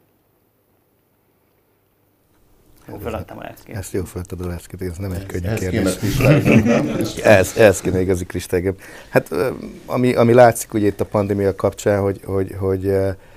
Föladtam a leckét.
Ezt jó föltad a leckét, ez nem egy könnyű kérdés. Ez kéne igazi kristálygép. Hát ami látszik ugye itt a pandémia kapcsán, hogy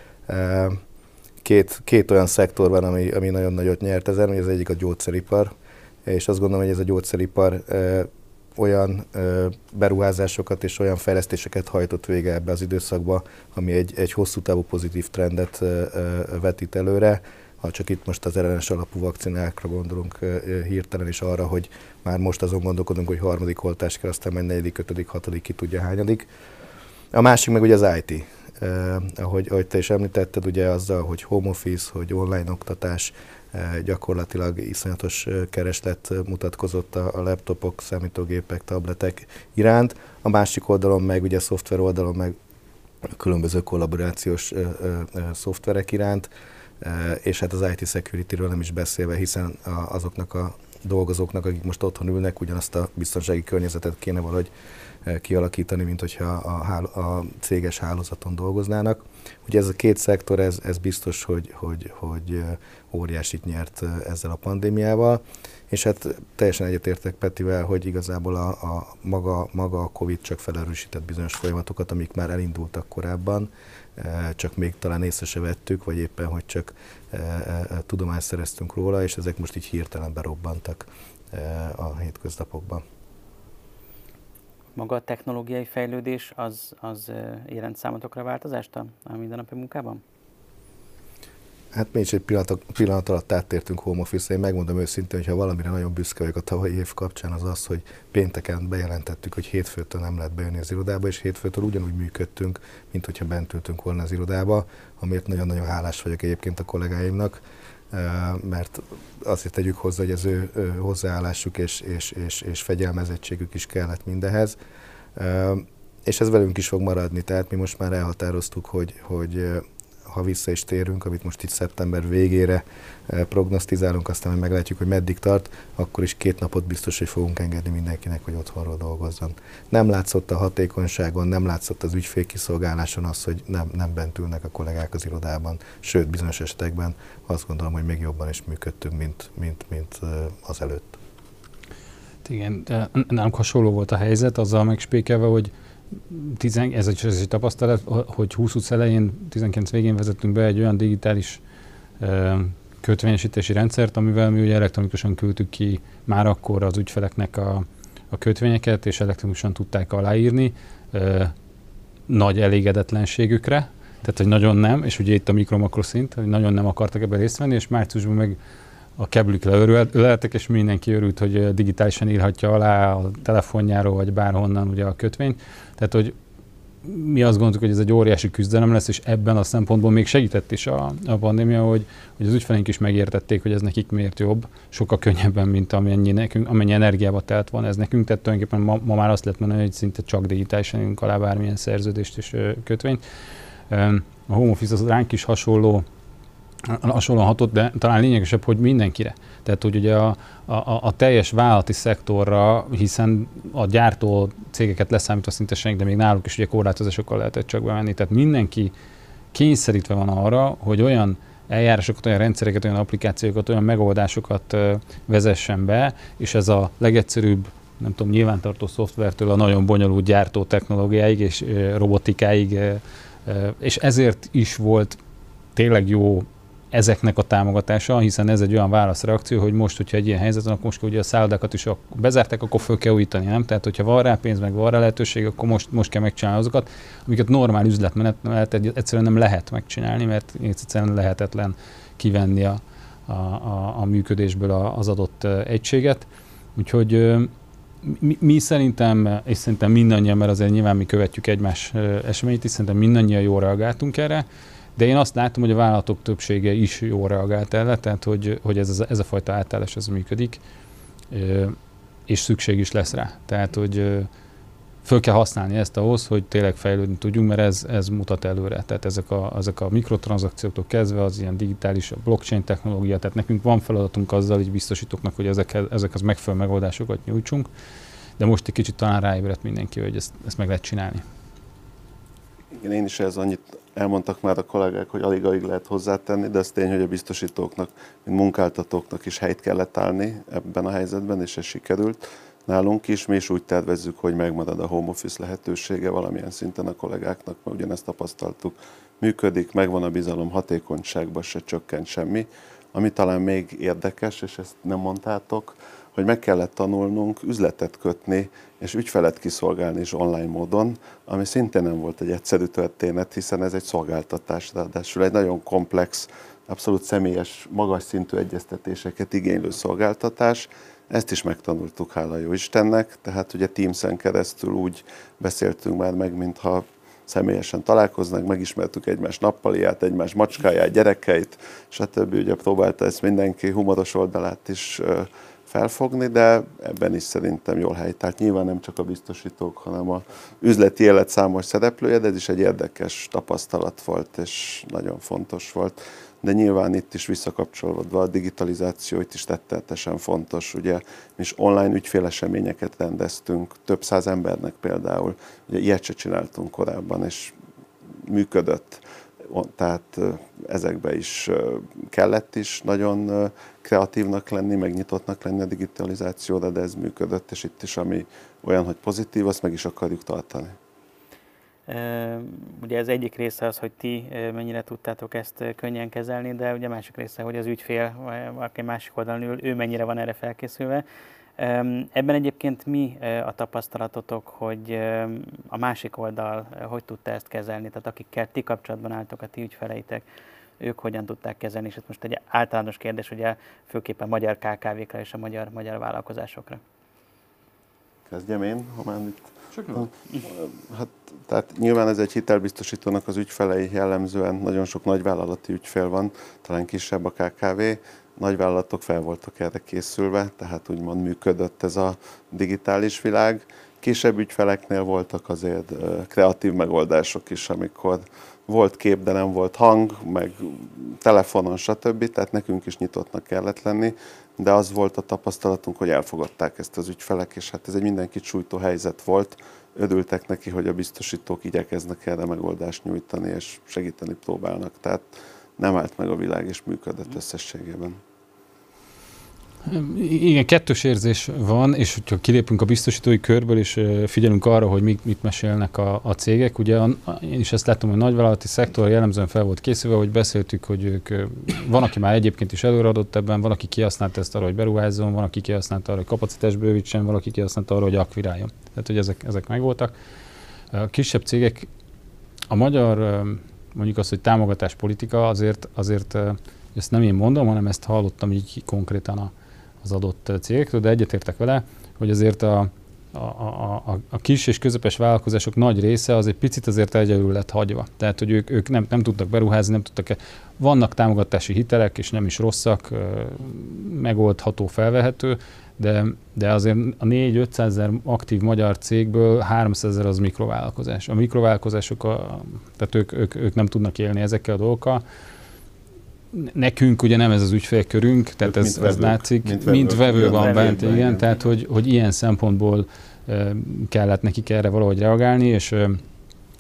két olyan szektor van, ami nagyon nagyot nyert ezen, hogy az egyik a gyógyszeripar, és azt gondolom, hogy ez a gyógyszeripar olyan beruházásokat és olyan fejlesztéseket hajtott végre ebbe az időszakba, ami egy hosszú távú pozitív trendet vetít előre. Ha csak itt most az RNS alapú vakcinákra gondolunk hirtelen, és arra, hogy már most azon gondolkodunk, hogy harmadik oltás kell, aztán majd negyedik, ötödik, hatodik, ki tudja hányadik. A másik meg ugye az IT. Ahogy te is említetted, ugye azzal, hogy home office, hogy online oktatás, gyakorlatilag iszonyatos kereslet mutatkozott a laptopok, számítógépek, tabletek iránt. A másik oldalon meg, ugye a szoftver oldalon meg a különböző kollaborációs szoftverek iránt, és hát az IT security-ről nem is beszélve, hiszen azoknak a dolgozóknak, akik most otthon ülnek, ugyanazt a biztonsági környezetet kéne valahogy kialakítani, mint hogyha a céges hálózaton dolgoznának. Ugye ez a két szektor, ez biztos, hogy óriásit nyert ezzel a pandémiával, és hát teljesen egyetértek Petivel, hogy igazából maga a Covid csak felerősített bizonyos folyamatokat, amik már elindultak korábban, csak még talán észre se vettük, vagy éppen, hogy csak tudomást szereztünk róla, és ezek most így hirtelen berobbantak a hétköznapokban.
Maga a technológiai fejlődés az jelent számotokra változást a mindennapi munkában?
Hát mi is egy pillanat alatt áttértünk home office-ra. Én megmondom őszintén, hogy ha valamire nagyon büszke vagyok a tavalyi év kapcsán, az, hogy pénteken bejelentettük, hogy hétfőtől nem lehet bejönni az irodába, és hétfőtől ugyanúgy működtünk, mint hogyha bent ültünk volna az irodába, amiért nagyon-nagyon hálás vagyok egyébként a kollégáimnak, mert azért tegyük hozzá, hogy az ő hozzáállásuk és fegyelmezettségük is kellett mindehez. És ez velünk is fog maradni, tehát mi most már elhatároztuk, hogy ha vissza is térünk, amit most itt szeptember végére prognosztizálunk, aztán meg meglátjuk, hogy meddig tart, akkor is 2 napot biztos, hogy fogunk engedni mindenkinek, hogy otthonról dolgozzon. Nem látszott a hatékonyságon, nem látszott az ügyfélkiszolgáláson az, hogy nem bent ülnek a kollégák az irodában, sőt, bizonyos esetekben azt gondolom, hogy még jobban is működtünk, mint az előtt.
Igen, nálunk hasonló volt a helyzet, azzal megspékelve, hogy ez egy tapasztalat, hogy 20 elején, 19 végén vezettünk be egy olyan digitális kötvényesítési rendszert, amivel mi ugye elektronikusan küldtük ki már akkor az ügyfeleknek a kötvényeket, és elektronikusan tudták aláírni nagy elégedetlenségükre, tehát hogy nagyon nem, és ugye itt a mikro-makroszint, hogy nagyon nem akartak ebben részt venni, és márciusban meg a keblük leörültek, és mindenki örült, hogy digitálisan írhatja alá a telefonjáról, vagy bárhonnan ugye a kötvényt. Tehát, hogy mi azt gondoltuk, hogy ez egy óriási küzdelem lesz, és ebben a szempontból még segített is a pandémia, hogy az ügyfeleink is megértették, hogy ez nekik miért jobb, sokkal könnyebben, mint amennyi energiába telt van ez nekünk. Tehát tulajdonképpen ma már azt lehet mondani, hogy szinte csak digitálisan írunk alá bármilyen szerződést és kötvényt. A home office az ránk is hasonlóan hatott, de talán lényegesebb, hogy mindenkire. Tehát, hogy ugye a teljes vállalati szektorra, hiszen a gyártó cégeket leszámítva szinte senki, de még náluk is ugye korlátozásokkal lehetett csak bemenni. Tehát mindenki kényszerítve van arra, hogy olyan eljárásokat, olyan rendszereket, olyan applikációkat, olyan megoldásokat vezessen be, és ez a legegyszerűbb, nem tudom, nyilvántartó szoftvertől a nagyon bonyolult gyártó technológiáig és robotikáig, és ezért is volt tényleg jó ezeknek a támogatása, hiszen ez egy olyan válaszreakció, hogy most, hogyha egy ilyen helyzet van, akkor most ugye a szállodákat is bezárták, akkor föl kell újítani, nem? Tehát, hogyha van rá pénz, meg van rá lehetőség, akkor most kell megcsinálni azokat, amiket normál üzletmenet mellett egyszerűen nem lehet megcsinálni, mert egyszerűen lehetetlen kivenni a működésből az adott egységet. Úgyhogy mi szerintem, és szerintem mindannyian, mert azért nyilván mi követjük egymás eseményét is, szerintem mindannyian jól reagáltunk erre, de én azt látom, hogy a vállalatok többsége is jól reagált erre, tehát hogy ez a fajta átállás ez működik, és szükség is lesz rá. Tehát, hogy föl kell használni ezt ahhoz, hogy tényleg fejlődni tudjunk, mert ez mutat előre. Tehát ezek a mikrotranszakcióktól kezdve az ilyen digitális, a blockchain technológia, tehát nekünk van feladatunk azzal, így biztosítóknak, hogy ezekhez megfelelő megoldásokat nyújtsunk, de most egy kicsit talán ráébredt mindenki, hogy ezt meg lehet csinálni.
Igen, én is ez annyit elmondtak már a kollégák, hogy alig-alig lehet hozzátenni, de az tény, hogy a biztosítóknak, mint munkáltatóknak is helyt kellett állni ebben a helyzetben, és ez sikerült. Nálunk is, mi is úgy tervezzük, hogy megmarad a home office lehetősége valamilyen szinten a kollégáknak, mert ugyanezt tapasztaltuk, működik, megvan a bizalom, hatékonyságban se csökkent semmi. Ami talán még érdekes, és ezt nem mondtátok, hogy meg kellett tanulnunk üzletet kötni, és ügyfelet kiszolgálni is online módon, ami szintén nem volt egy egyszerű történet, hiszen ez egy szolgáltatás, ráadásul egy nagyon komplex, abszolút személyes, magas szintű egyeztetéseket igénylő szolgáltatás. Ezt is megtanultuk, hála jó Istennek, tehát ugye Teams-en keresztül úgy beszéltünk már meg, mintha személyesen találkoznak, megismertük egymás nappaliát, egymás macskáját, gyerekeit, stb. Ugye próbálta ezt mindenki humoros oldalát is felfogni, de ebben is szerintem jól helytált. Nyilván nem csak a biztosítók, hanem az üzleti élet számos szereplője, de ez is egy érdekes tapasztalat volt, és nagyon fontos volt. De nyilván itt is visszakapcsolódva a digitalizáció itt is tetteltesen fontos. Ugye mi is online ügyféleseményeket rendeztünk, több száz embernek például. Ugye ilyet se csináltunk korábban, és működött. Tehát ezekbe is kellett is nagyon kreatívnak lenni, megnyitottnak lenni a digitalizációra, de ez működött, és itt is ami olyan, hogy pozitív, azt meg is akarjuk tartani.
Ugye az egyik része az, hogy ti mennyire tudtátok ezt könnyen kezelni, de ugye a másik része, hogy az ügyfél, aki másik oldalon ül, ő mennyire van erre felkészülve. Ebben egyébként mi a tapasztalatotok, hogy a másik oldal hogy tudta ezt kezelni? Tehát akikkel ti kapcsolatban álltok, a ti ügyfeleitek, ők hogyan tudták kezelni? És ez most egy általános kérdés, ugye főképpen magyar KKV-kra és a magyar vállalkozásokra.
Kezdjem én, ha már itt... Hát, tehát nyilván ez egy hitelbiztosítónak az ügyfelei jellemzően, nagyon sok nagyvállalati ügyfél van, talán kisebb a KKV, nagyvállalatok fel voltak erre készülve, tehát úgymond működött ez a digitális világ. Kisebb ügyfeleknél voltak azért kreatív megoldások is, amikor volt kép, de nem volt hang, meg telefonon, stb. Tehát nekünk is nyitottnak kellett lenni, de az volt a tapasztalatunk, hogy elfogadták ezt az ügyfelek, és hát ez egy mindenkit sújtó helyzet volt. Örültek neki, hogy a biztosítók igyekeznek erre megoldást nyújtani, és segíteni próbálnak. Tehát nem állt meg a világ, és működött összességében.
Igen, kettős érzés van, és hogyha kilépünk a biztosítói körből, és figyelünk arra, hogy mit mesélnek a cégek, ugye én is ezt láttam, hogy nagyvállalati szektor jellemzően fel volt készülve, hogy beszéltük, hogy ők, van, aki már egyébként is előreadott ebben, van, aki kihasználta ezt arra, hogy beruházzon, van, aki kihasználta arra, hogy kapacitás bővítsen, van, aki kihasználta arra, hogy akviráljon. Tehát, hogy ezek megvoltak. A kisebb cégek, a magyar, mondjuk azt, hogy támogatáspolitika, azért ezt nem én mondom, hanem ezt hallottam így konkrétan az adott cégektől, de egyetértek vele, hogy azért a kis és közepes vállalkozások nagy része az egy picit azért egyedül lett hagyva. Tehát, hogy ők nem tudtak beruházni, nem tudtak. Vannak támogatási hitelek, és nem is rosszak, megoldható, felvehető, de azért a 400-500 ezer aktív magyar cégből 300 ezer az mikrovállalkozás. A mikrovállalkozások, tehát ők nem tudnak élni ezekkel a dolgokkal. Nekünk ugye nem ez az ügyfélkörünk, tehát ez látszik, mint vevő van bent, igen, tehát hogy ilyen szempontból kellett nekik erre valahogy reagálni, és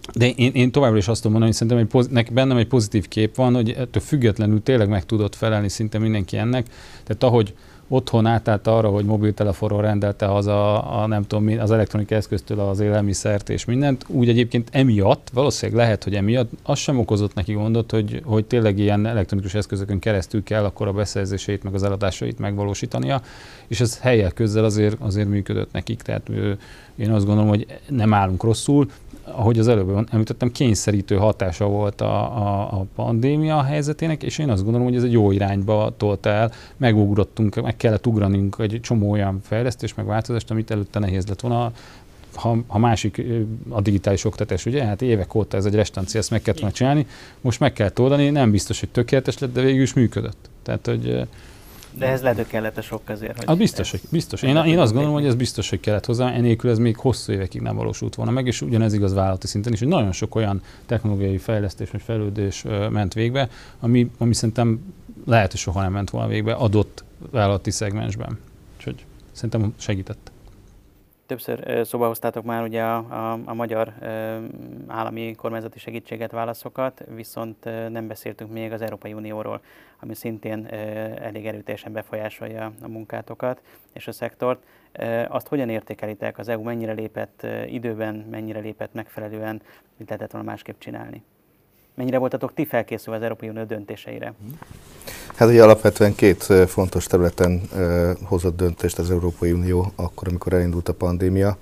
De én továbbra is azt tudom mondani, hogy szerintem bennem egy pozitív kép van, hogy ettől függetlenül tényleg meg tudott felelni szinte mindenki ennek. Tehát ahogy otthon átállt arra, hogy mobiltelefonról rendelte haza nem tudom, az elektronikai eszköztől az élelmiszert és mindent, úgy egyébként emiatt, valószínűleg lehet, hogy emiatt az sem okozott neki gondot, hogy tényleg ilyen elektronikus eszközökön keresztül kell akkor a beszerzéseit, meg az eladásait megvalósítania, és ez helyek közzel azért működött nekik. Tehát én azt gondolom, hogy nem állunk rosszul. Ahogy az előbb említettem, kényszerítő hatása volt a pandémia helyzetének, és én azt gondolom, hogy ez egy jó irányba tolta el. Megugrottunk, meg kellett ugranunk egy csomó olyan fejlesztés, meg változást, amit előtte nehéz lett volna. Ha másik a digitális oktatás, ugye, hát évek óta ez egy restancia, ezt meg kellett volna csinálni, most meg kell oldani, nem biztos, hogy tökéletes lett, de végül is működött. Tehát, hogy
de ez lehet, hogy kellett a sok azért.
Hogy biztos. Én azt gondolom, hogy ez biztos, hogy kellett hozzá, enélkül ez még hosszú évekig nem valósult volna meg, és ugyanez igaz vállalati szinten is, hogy nagyon sok olyan technológiai fejlesztés vagy fejlődés ment végbe, ami szerintem lehet, hogy soha nem ment volna végbe adott vállalati szegmensben. Úgyhogy szerintem segített.
Többször szóba hoztátok már ugye a magyar állami kormányzati segítséget, válaszokat, viszont nem beszéltünk még az Európai Unióról, ami szintén elég erőteljesen befolyásolja a munkátokat és a szektort. Azt hogyan értékelitek? Az EU mennyire lépett időben, mennyire lépett megfelelően, mit lehetett volna másképp csinálni? Mennyire voltatok ti felkészülve az Európai Unió döntéseire?
Hát ugye alapvetően két fontos területen hozott döntést az Európai Unió akkor, amikor elindult a pandémia.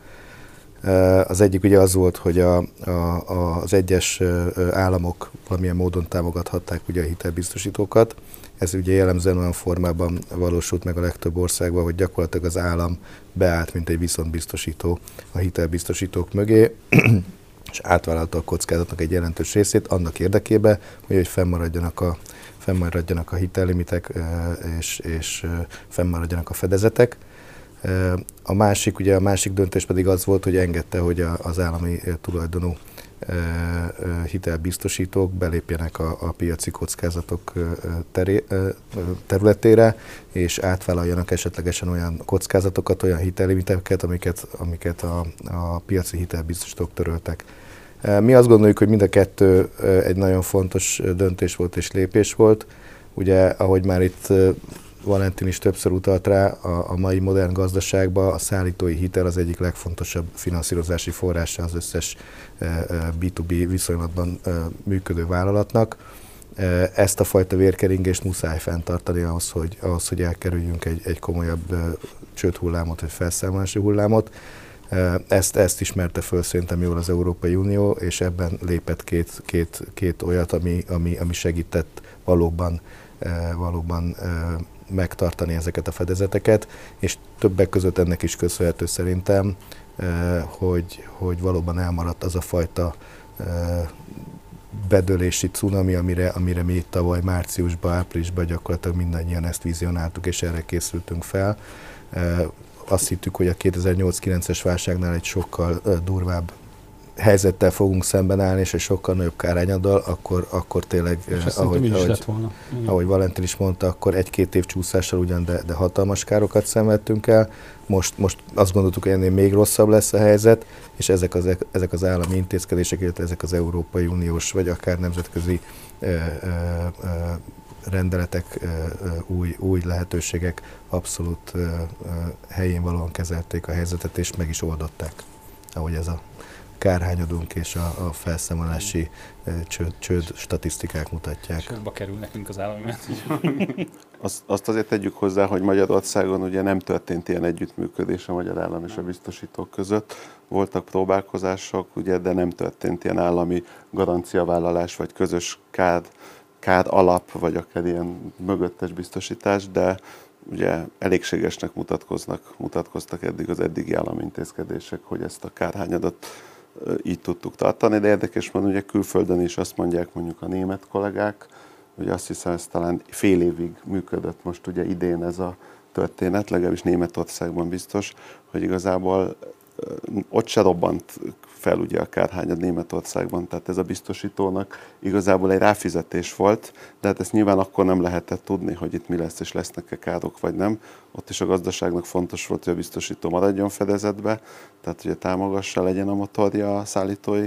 Az egyik ugye az volt, hogy az egyes államok valamilyen módon támogathatták ugye a hitelbiztosítókat. Ez ugye jellemzően olyan formában valósult meg a legtöbb országban, hogy gyakorlatilag az állam beállt, mint egy viszontbiztosító a hitelbiztosítók mögé, és átvállalta a kockázatnak egy jelentős részét annak érdekében, hogy fennmaradjanak a hitellimitek és fennmaradjanak a fedezetek. A másik döntés pedig az volt, hogy engedte, hogy az állami tulajdonú hitelbiztosítók belépjenek a piaci kockázatok területére, és átvállaljanak esetlegesen olyan kockázatokat, olyan hitellimiteket, amiket a piaci hitelbiztosítók töröltek. Mi azt gondoljuk, hogy mind a kettő egy nagyon fontos döntés volt és lépés volt. Ugye, ahogy már itt Valentin is többször utalt rá, a mai modern gazdaságban a szállítói hitel az egyik legfontosabb finanszírozási forrása az összes B2B viszonylatban működő vállalatnak. Ezt a fajta vérkeringést muszáj fenntartani ahhoz, hogy elkerüljünk egy komolyabb csődhullámot, vagy felszámolási hullámot. Ezt ismerte föl szerintem jól az Európai Unió, és ebben lépett két olyat, ami segített valóban megtartani ezeket a fedezeteket, és többek között ennek is köszönhető szerintem, hogy valóban elmaradt az a fajta bedölési cunami, amire mi itt tavaly márciusban, áprilisban gyakorlatilag mindannyian ezt vizionáltuk, és erre készültünk fel. Azt hittük, hogy a 2008-9-es válságnál egy sokkal durvább helyzettel fogunk szemben állni, és egy sokkal nagyobb kárányaddal, akkor tényleg, ahogy Valentin is mondta, akkor 1-2 év csúszással ugyan, de hatalmas károkat szenvedtünk el. Most azt gondoltuk, hogy ennél még rosszabb lesz a helyzet, és ezek az állami intézkedések, illetve ezek az Európai Uniós, vagy akár nemzetközi rendeletek, új lehetőségek abszolút helyén valóan kezelték a helyzetet, és meg is oldották, ahogy ez a kárhányadónk és a felszámolási csőd statisztikák mutatják.
Sokba kerül nekünk az állami mentés.
Azt azért tegyük hozzá, hogy Magyarországon ugye nem történt ilyen együttműködés a magyar állam és a biztosítók között. Voltak próbálkozások, ugye, de nem történt ilyen állami garanciavállalás, vagy közös kád alap, vagy akár ilyen mögöttes biztosítás, de ugye elégségesnek mutatkoztak eddig az eddigi állami intézkedések, hogy ezt a kárhányadat így tudtuk tartani, de érdekes módon ugye külföldön is azt mondják mondjuk a német kollégák, hogy azt hiszem, ez talán fél évig működött most ugye idén ez a történet, legalábbis Németországban biztos, hogy igazából ott se robbant fel ugye a kárhányad Németországban, tehát ez a biztosítónak igazából egy ráfizetés volt, de hát ezt nyilván akkor nem lehetett tudni, hogy itt mi lesz, és lesznek-e károk, vagy nem. Ott is a gazdaságnak fontos volt, hogy a biztosító maradjon fedezetbe, tehát ugye támogassa, legyen a motorja a szállítói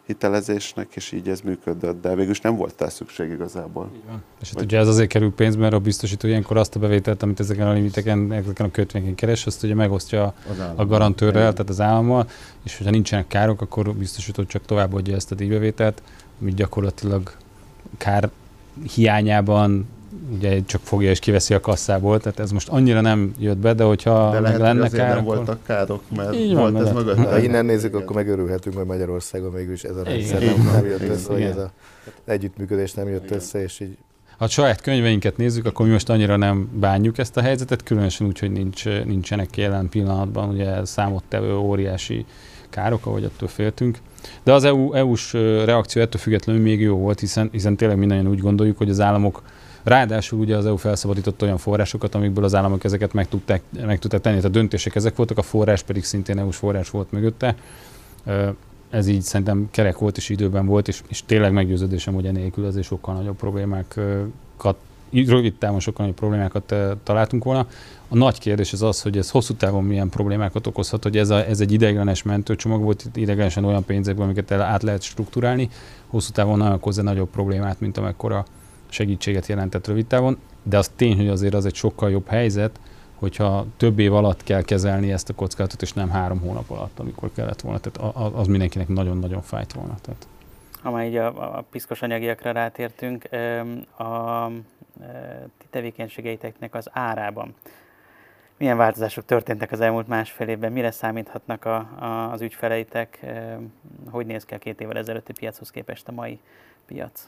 hitelezésnek, és így ez működött, de végülis nem volt rá szükség igazából.
És hát ugye ez azért kerül pénzbe, mert a biztosító ilyenkor azt a bevételt, amit ezeken a limiteken, ezeken a kötvényeken keres, azt ugye megosztja a garantőrrel, tehát az állammal, és hogyha nincsenek károk, akkor a biztosító csak továbbadja ezt a díjbevételt, amit gyakorlatilag kár hiányában ugye csak fogja és kiveszi a kasszából, tehát ez most annyira nem jött be, de hogyha
de
meg
lehet,
lenne
hogy azért
kár,
nem
akkor...
voltak károk, mert
Így
volt
van,
ez
mert-
mögött.
Ha innen nézzük, akkor megörülhetünk, hogy Magyarországon mégis ez a rendszer nem jött össze, hogy ez az együttműködés nem jött össze, és így
Ha a saját könyveinket nézzük, akkor mi most annyira nem bánjuk ezt a helyzetet, különösen úgy, hogy nincsenek jelen pillanatban ugye számottevő óriási károk, ahogy attól féltünk. De az EU-s reakció ettől függetlenül még jó volt, hiszen tényleg mindannyian úgy gondoljuk, hogy az államok, ráadásul ugye az EU felszabadított olyan forrásokat, amikből az államok ezeket meg tudták tenni. Tehát a döntések ezek voltak, a forrás pedig szintén EU-s forrás volt mögötte. Ez így szerintem kerek volt és időben volt, és tényleg meggyőződésem, hogy enélkül azért sokkal nagyobb problémákat, rövid távon sokkal nagyobb problémákat találtunk volna. A nagy kérdés az, hogy ez hosszú távon milyen problémákat okozhat, hogy ez egy ideiglenes mentőcsomag volt, ideiglenesen olyan pénzekből, amiket át lehet strukturálni, hosszú távon nagyon okozza nagyobb problémát, mint amekkora segítséget jelentett rövid távon, de az tény, hogy azért az egy sokkal jobb helyzet, hogyha több év alatt kell kezelni ezt a kockázatot, és nem 3 hónap alatt, amikor kellett volna. Tehát az mindenkinek nagyon-nagyon fájt volna. Tehát.
Ha már így a piszkos anyagiakra rátértünk, a ti tevékenységeiteknek az árában milyen változások történtek az elmúlt másfél évben? Mire számíthatnak az ügyfeleitek? Hogy néz ki a 2 évvel ezelőtti piachoz képest a mai piac?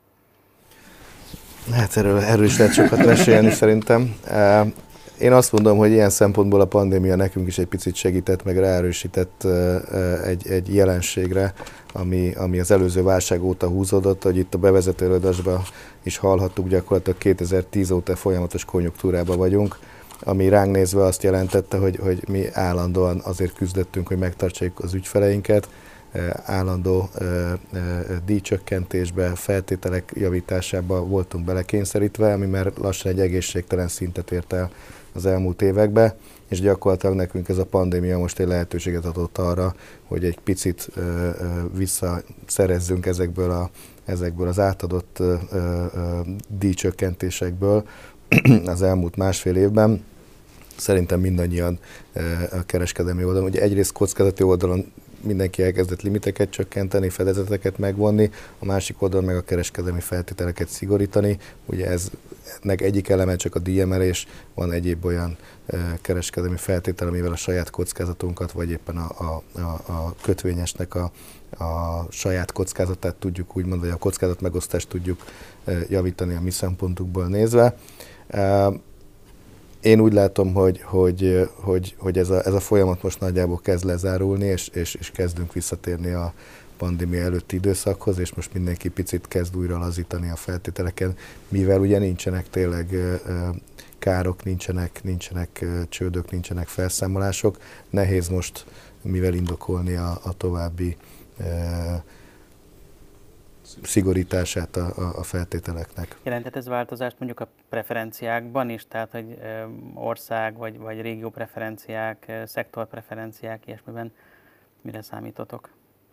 hát erről is lehet sokat mesélni szerintem. Én azt mondom, hogy ilyen szempontból a pandémia nekünk is egy picit segített, meg ráerősített egy jelenségre, ami az előző válság óta húzódott, hogy itt a bevezető előadásban is hallhattuk, gyakorlatilag 2010 óta folyamatos konjunktúrában vagyunk, ami ránk nézve azt jelentette, hogy mi állandóan azért küzdöttünk, hogy megtartsuk az ügyfeleinket, állandó díjcsökkentésbe, feltételek javításába voltunk belekényszerítve, ami már lassan egy egészségtelen szintet ért el az elmúlt években, és gyakorlatilag nekünk ez a pandémia most egy lehetőséget adott arra, hogy egy picit visszaszerezzünk ezekből az átadott díjcsökkentésekből az elmúlt másfél évben. Szerintem mindannyian a kereskedelmi oldalon, ugye egyrészt kockázati oldalon mindenki elkezdett limiteket csökkenteni, fedezeteket megvonni, a másik oldalon meg a kereskedelmi feltételeket szigorítani. Ugye ennek egyik eleme csak a díjemelés, van egyéb olyan kereskedelmi feltétel, amivel a saját kockázatunkat, vagy éppen a kötvényesnek a saját kockázatát tudjuk úgymond, vagy a kockázat megosztást tudjuk javítani a mi szempontunkból nézve. Én úgy látom, hogy ez a folyamat most nagyjából kezd lezárulni, és kezdünk visszatérni a pandémia előtti időszakhoz, és most mindenki picit kezd újra lazítani a feltételeken, mivel ugye nincsenek tényleg károk, nincsenek csődök, nincsenek felszámolások. Nehéz most, mivel indokolni a további szigorítását a feltételeknek.
Jelentett ez változást mondjuk a preferenciákban is, tehát hogy ország vagy régió preferenciák, szektor preferenciák, ilyesmiben mire számítotok?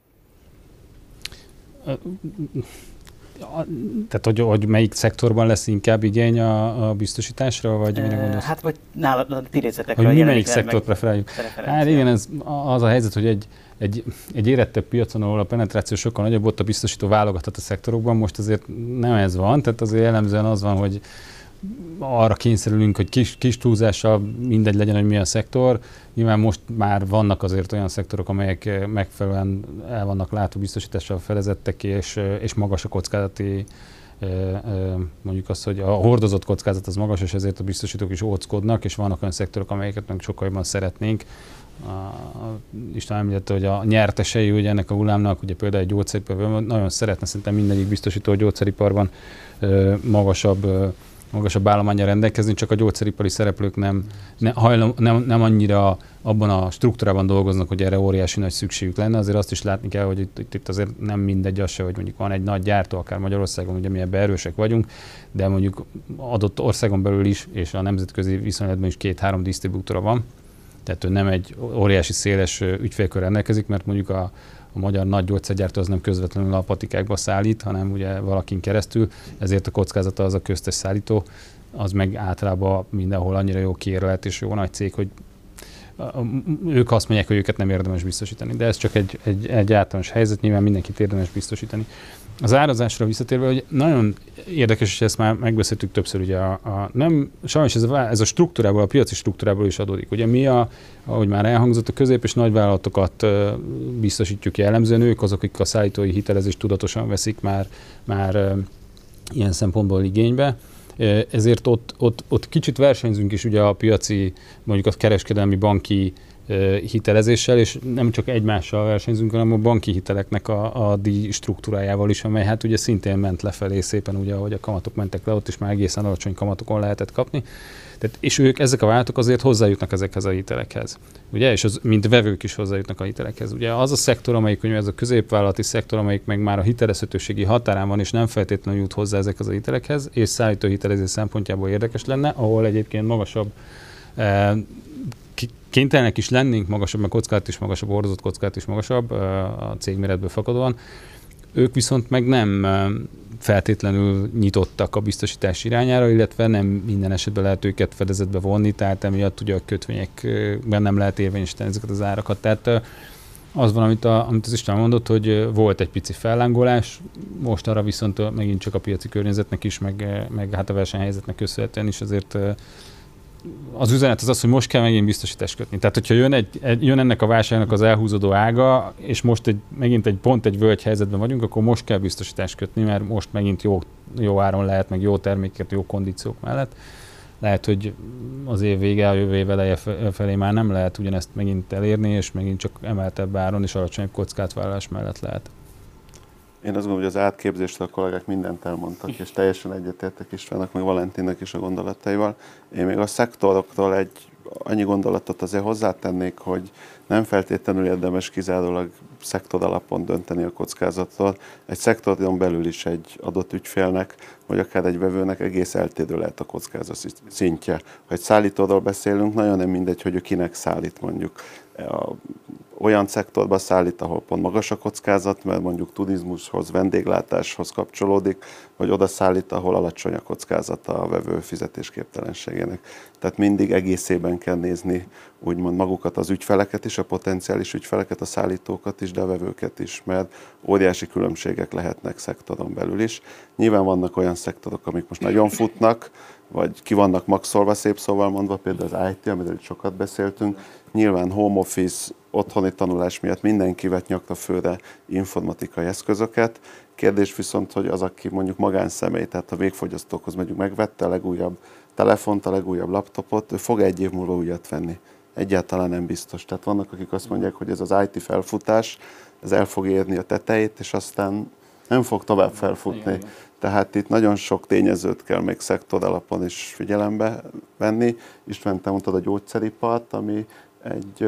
Tehát, hogy melyik szektorban lesz inkább igény a biztosításra, vagy mire gondolsz?
Hát, vagy nálad a ti részletekre.
Hogy mi melyik szektort preferáljuk? Hát igen, ez az a helyzet, hogy egy érettebb piacon, ahol a penetráció sokkal nagyobb, ott a biztosító válogathat a szektorokban, most azért nem ez van, tehát azért jellemzően az van, hogy arra kényszerülünk, hogy kis túlzással mindegy legyen, hogy mi a szektor. Nyilván most már vannak azért olyan szektorok, amelyek megfelelően el vannak látva biztosítással felezettek, és magas a kockázati, mondjuk azt, hogy a hordozott kockázat az magas, és ezért a biztosítók is óckodnak, és vannak olyan szektorok, amelyeket meg sokkal jobban szeretnénk. István említette, hogy a nyertesei ugye ennek a hullámnak, ugye például egy gyógyszeriparban nagyon szeretne, szerintem mindegyik biztosító, hogy gyógyszeriparban magasabb állománnyal rendelkezni, csak a gyógyszeripari szereplők nem annyira abban a struktúrában dolgoznak, hogy erre óriási nagy szükségük lenne. Azért azt is látni kell, hogy itt azért nem mindegy az se, hogy mondjuk van egy nagy gyártó, akár Magyarországon, ugye mi ebben erősek vagyunk, de mondjuk adott országon belül is, és a nemzetközi viszonylatban is 2-3 disztribútora van. Tehát ő nem egy óriási széles ügyfélkör rendelkezik, mert mondjuk a magyar nagy gyógyszergyártó az nem közvetlenül a patikákba szállít, hanem ugye valakin keresztül, ezért a kockázata az a köztes szállító, az meg általában mindenhol annyira jó kiérlelt és jó nagy cég, hogy ők azt mondják, hogy őket nem érdemes biztosítani. De ez csak egy általános helyzet, nyilván mindenkit érdemes biztosítani. Az árazásra visszatérve, hogy nagyon érdekes, és ezt már megbeszéltük többször, ugye sajnos ez a struktúrából, a piaci struktúrából is adódik. Ugye mi, ahogy már elhangzott, a közép- és nagyvállalatokat biztosítjuk jellemzően, ők azok, akik a szállítói hitelezést tudatosan veszik már ilyen szempontból igénybe. Ezért ott kicsit versenyzünk is ugye a piaci, mondjuk a kereskedelmi banki hitelezéssel, és nem csak egymással versenyzünk, hanem a banki hiteleknek a díj struktúrájával is, amely hát ugye szintén ment lefelé szépen, ugye ahogy a kamatok mentek le, ott is már egészen alacsony kamatokon lehetett kapni. Tehát, és ezek a vállalatok azért hozzájutnak ezekhez a hitelekhez. Ugye? És mint vevők is hozzájutnak a hitelekhez. Ugye az a szektor, amelyik, ugye ez a középvállalati szektor, amelyik meg már a hitelezhetőségi határán van, és nem feltétlenül jut hozzá ezekhez a hitelekhez, és szállító hitelezés szempontjából érdekes lenne, ahol egyébként magasabb kénytelenek is lennénk, magasabb, meg kockázat is magasabb, ordozott kockázat is magasabb a cégméretből fakadóan. Ők viszont meg nem feltétlenül nyitottak a biztosítás irányára, illetve nem minden esetben lehet őket fedezetbe vonni, tehát emiatt ugye a kötvényekben nem lehet érvényesíteni ezeket az árakat. Tehát az van, amit az István mondott, hogy volt egy pici fellángolás, most arra viszont megint csak a piaci környezetnek is, meg hát a versenyhelyzetnek köszönhetően is azért az üzenet az, hogy most kell megint biztosítást kötni. Tehát, hogyha jön ennek a válságnak az elhúzódó ága, és most megint egy völgyhelyzetben vagyunk, akkor most kell biztosítást kötni, mert most megint jó áron lehet, meg jó terméket, jó kondíciók mellett. Lehet, hogy az év vége, a jövő év eleje felé már nem lehet ugyanezt megint elérni, és megint csak emeltebb áron és alacsonyabb kockázatvállalás mellett lehet.
Én azt gondolom, hogy az átképzéstől a kollégák mindent elmondtak, és teljesen egyetértek Istvánnak, meg Valentinnak is a gondolataival. Én még a szektoroktól annyi gondolatot azért hozzátennék, hogy nem feltétlenül érdemes kizárólag szektor alapon dönteni a kockázatról. Egy szektoron belül is egy adott ügyfélnek, vagy akár egy vevőnek egész eltérő lehet a kockázat szintje. Ha egy szállítóról beszélünk, nagyon nem mindegy, hogy ő kinek szállít mondjuk. Olyan szektorba szállít, ahol pont magas a kockázat, mert mondjuk turizmushoz, vendéglátáshoz kapcsolódik, vagy oda szállít, ahol alacsony a kockázata a vevő fizetésképtelenségének. Tehát mindig egészében kell nézni úgymond magukat az ügyfeleket is, a potenciális ügyfeleket, a szállítókat is, de a vevőket is, mert óriási különbségek lehetnek szektoron belül is. Nyilván vannak olyan szektorok, amik most nagyon futnak, vagy ki vannak maxolva, szép szóval mondva, például az IT, amiről itt sokat beszéltünk. Nyilván home office, otthoni tanulás miatt mindenki vett nyakra főre informatikai eszközöket. Kérdés viszont, hogy az, aki mondjuk magánszemély, tehát a végfogyasztókhoz megyünk, megvette a legújabb telefont, a legújabb laptopot, ő fog egy év múlva újat venni. Egyáltalán nem biztos. Tehát vannak, akik azt mondják, hogy ez az IT felfutás, ez el fog érni a tetejét, és aztán nem fog tovább felfutni. Tehát itt nagyon sok tényezőt kell még szektor alapon is figyelembe venni. István, te mondtad a gyógyszeripart, ami egy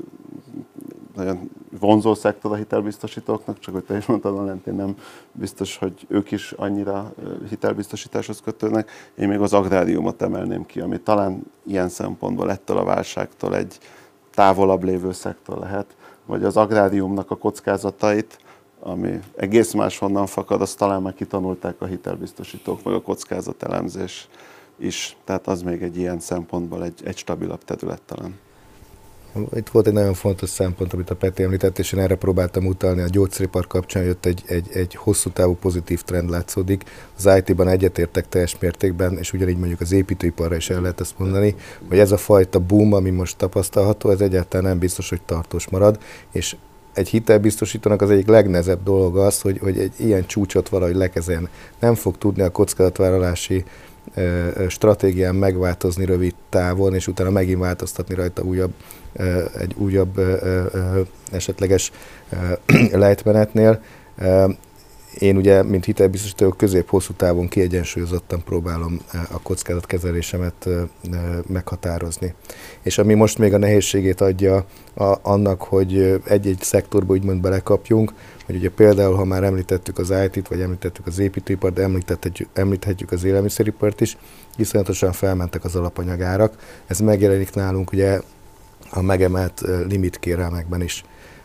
nagyon vonzó szektor a hitelbiztosítóknak, csak hogy te is mondtad, Valentin, nem biztos, hogy ők is annyira hitelbiztosításhoz kötődnek. Én még az agráriumot emelném ki, ami talán ilyen szempontból ettől a válságtól egy távolabb lévő szektor lehet, vagy az agráriumnak a kockázatait, ami egész máshonnan fakad, azt talán már kitanulták a hitelbiztosítók, meg a kockázatelemzés is. Tehát az még egy ilyen szempontból egy stabilabb terület talán.
Itt volt egy nagyon fontos szempont, amit a Peti említett, és én erre próbáltam utalni. A gyógyszeripar kapcsán jött egy hosszú távú pozitív trend látszódik. Az IT-ban egyetértek teljes mértékben, és ugyanígy mondjuk az építőiparra is el lehet ezt mondani, hogy ez a fajta boom, ami most tapasztalható, ez egyáltalán nem biztos, hogy tartós marad, és egy hitelbiztosítónak az egyik legnehezebb dolga az, hogy egy ilyen csúcsot valahogy lekezeljen. Nem fog tudni a kockázatvállalási stratégián megváltozni rövid távon, és utána megint változtatni rajta egy újabb esetleges lejtmenetnél. Én ugye, mint hitelbiztosító, közép-hosszú távon kiegyensúlyozottan próbálom a kockázatkezelésemet meghatározni. És ami most még a nehézségét adja annak, hogy egy-egy szektorba úgymond belekapjunk, hogy ugye például, ha már említettük az IT-t, vagy említettük az építőipart, de említhetjük az élelmiszeripart is, iszonyatosan felmentek az alapanyagárak. Ez megjelenik nálunk ugye a megemelt limitkérelmekben is.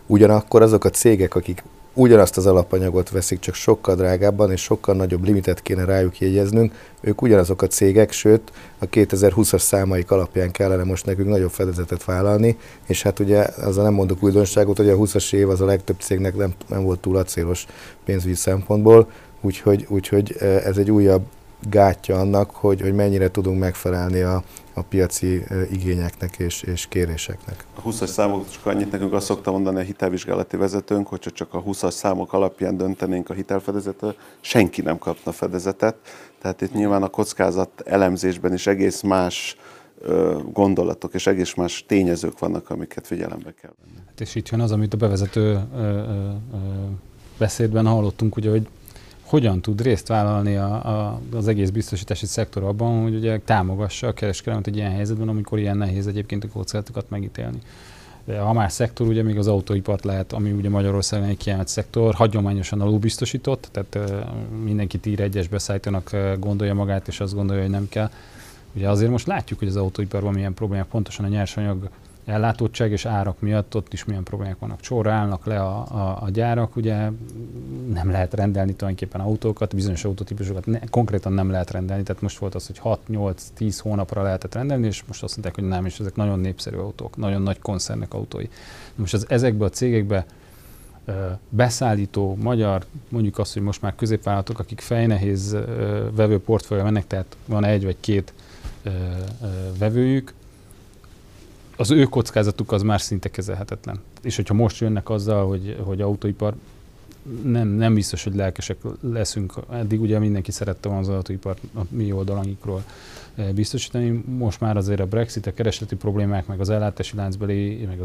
Ugyanakkor azok a cégek, akik ugyanazt az alapanyagot veszik, csak sokkal drágábban és sokkal nagyobb limitet kéne rájuk jegyeznünk, ők ugyanazok a cégek, sőt a 2020-as számaik alapján kellene most nekünk nagyobb fedezetet vállalni, és hát ugye azzal nem mondok újdonságot, hogy a 20-as év az a legtöbb cégnek nem volt túl acélos pénzügyi szempontból, úgyhogy ez egy újabb gátja annak, hogy mennyire tudunk megfelelni a piaci igényeknek és kéréseknek.
A 20-as számok, csak annyit nekünk azt szokta mondani a hitelvizsgálati vezetőnk, hogyha csak a 20-as számok alapján döntenénk a hitelfedezetet, senki nem kapna fedezetet. Tehát itt nyilván a kockázat elemzésben is egész más gondolatok és egész más tényezők vannak, amiket figyelembe kell venni.
Hát és itt jön az, amit a bevezető beszédben hallottunk, ugye, hogy hogyan tud részt vállalni az egész biztosítási szektor abban, hogy ugye támogassa a kereskedelmet egy ilyen helyzetben, amikor ilyen nehéz egyébként a kockázatokat megítélni. De a más szektor, ugye még az autóipart lehet, ami ugye Magyarországon egy kiemelt szektor, hagyományosan alulbiztosított, tehát mindenkit ír egyes beszállítónak gondolja magát, és azt gondolja, hogy nem kell. Ugye azért most látjuk, hogy az autóiparban milyen problémák, pontosan a nyersanyag ellátottság és árak miatt ott is milyen problémák vannak. Sorra állnak le a gyárak, ugye nem lehet rendelni tulajdonképpen autókat, bizonyos autótípusokat konkrétan nem lehet rendelni, tehát most volt az, hogy 6-8-10 hónapra lehetett rendelni, és most azt mondták, hogy nem, és ezek nagyon népszerű autók, nagyon nagy koncernek autói. Most ezekbe a cégekbe beszállító magyar, mondjuk azt, hogy most már középvállalatok, akik fejnehéz vevő portfólióra mennek, tehát van egy vagy két vevőjük, az ő kockázatuk az már szinte kezelhetetlen. És hogyha most jönnek azzal, hogy autóipar, nem biztos, hogy lelkesek leszünk. Eddig ugye mindenki szerette volna az autóipart a mi oldalunkról biztosítani. Most már azért a Brexit, a keresleti problémák, meg az ellátási láncbeli, meg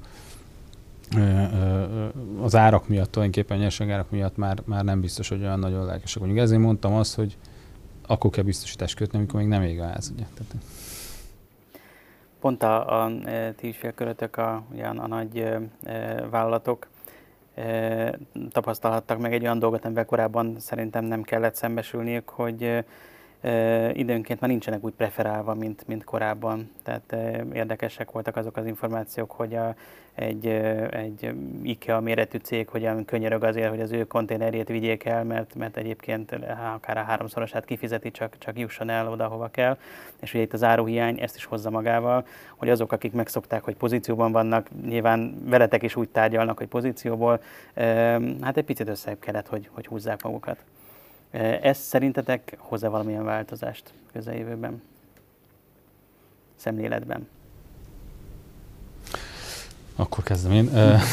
az árak miatt, tulajdonképpen a nyersanyagárak miatt már nem biztos, hogy olyan nagyon lelkesek vagyunk. Ezért mondtam azt, hogy akkor kell biztosítást kötni, amikor még nem ég a ház. Ugye?
Pont a ti ügyfélkörötök, a nagy vállalatok tapasztalhattak meg egy olyan dolgot, amivel korábban szerintem nem kellett szembesülniük, hogy időnként már nincsenek úgy preferálva, mint korábban. Tehát érdekesek voltak azok az információk, hogy egy IKEA méretű cég hogyan könyörög azért, hogy az ő konténerjét vigyék el, mert egyébként akár a háromszorosát kifizeti, csak jusson el oda, hova kell. És ugye itt az áruhiány ezt is hozza magával, hogy azok, akik megszokták, hogy pozícióban vannak, nyilván veletek is úgy tárgyalnak, hogy pozícióból, hát egy picit össze kellett, hogy húzzák magukat. Ez szerintetek hoz-e valamilyen változást közeljövőben? Szemléletben?
Akkor kezdem én.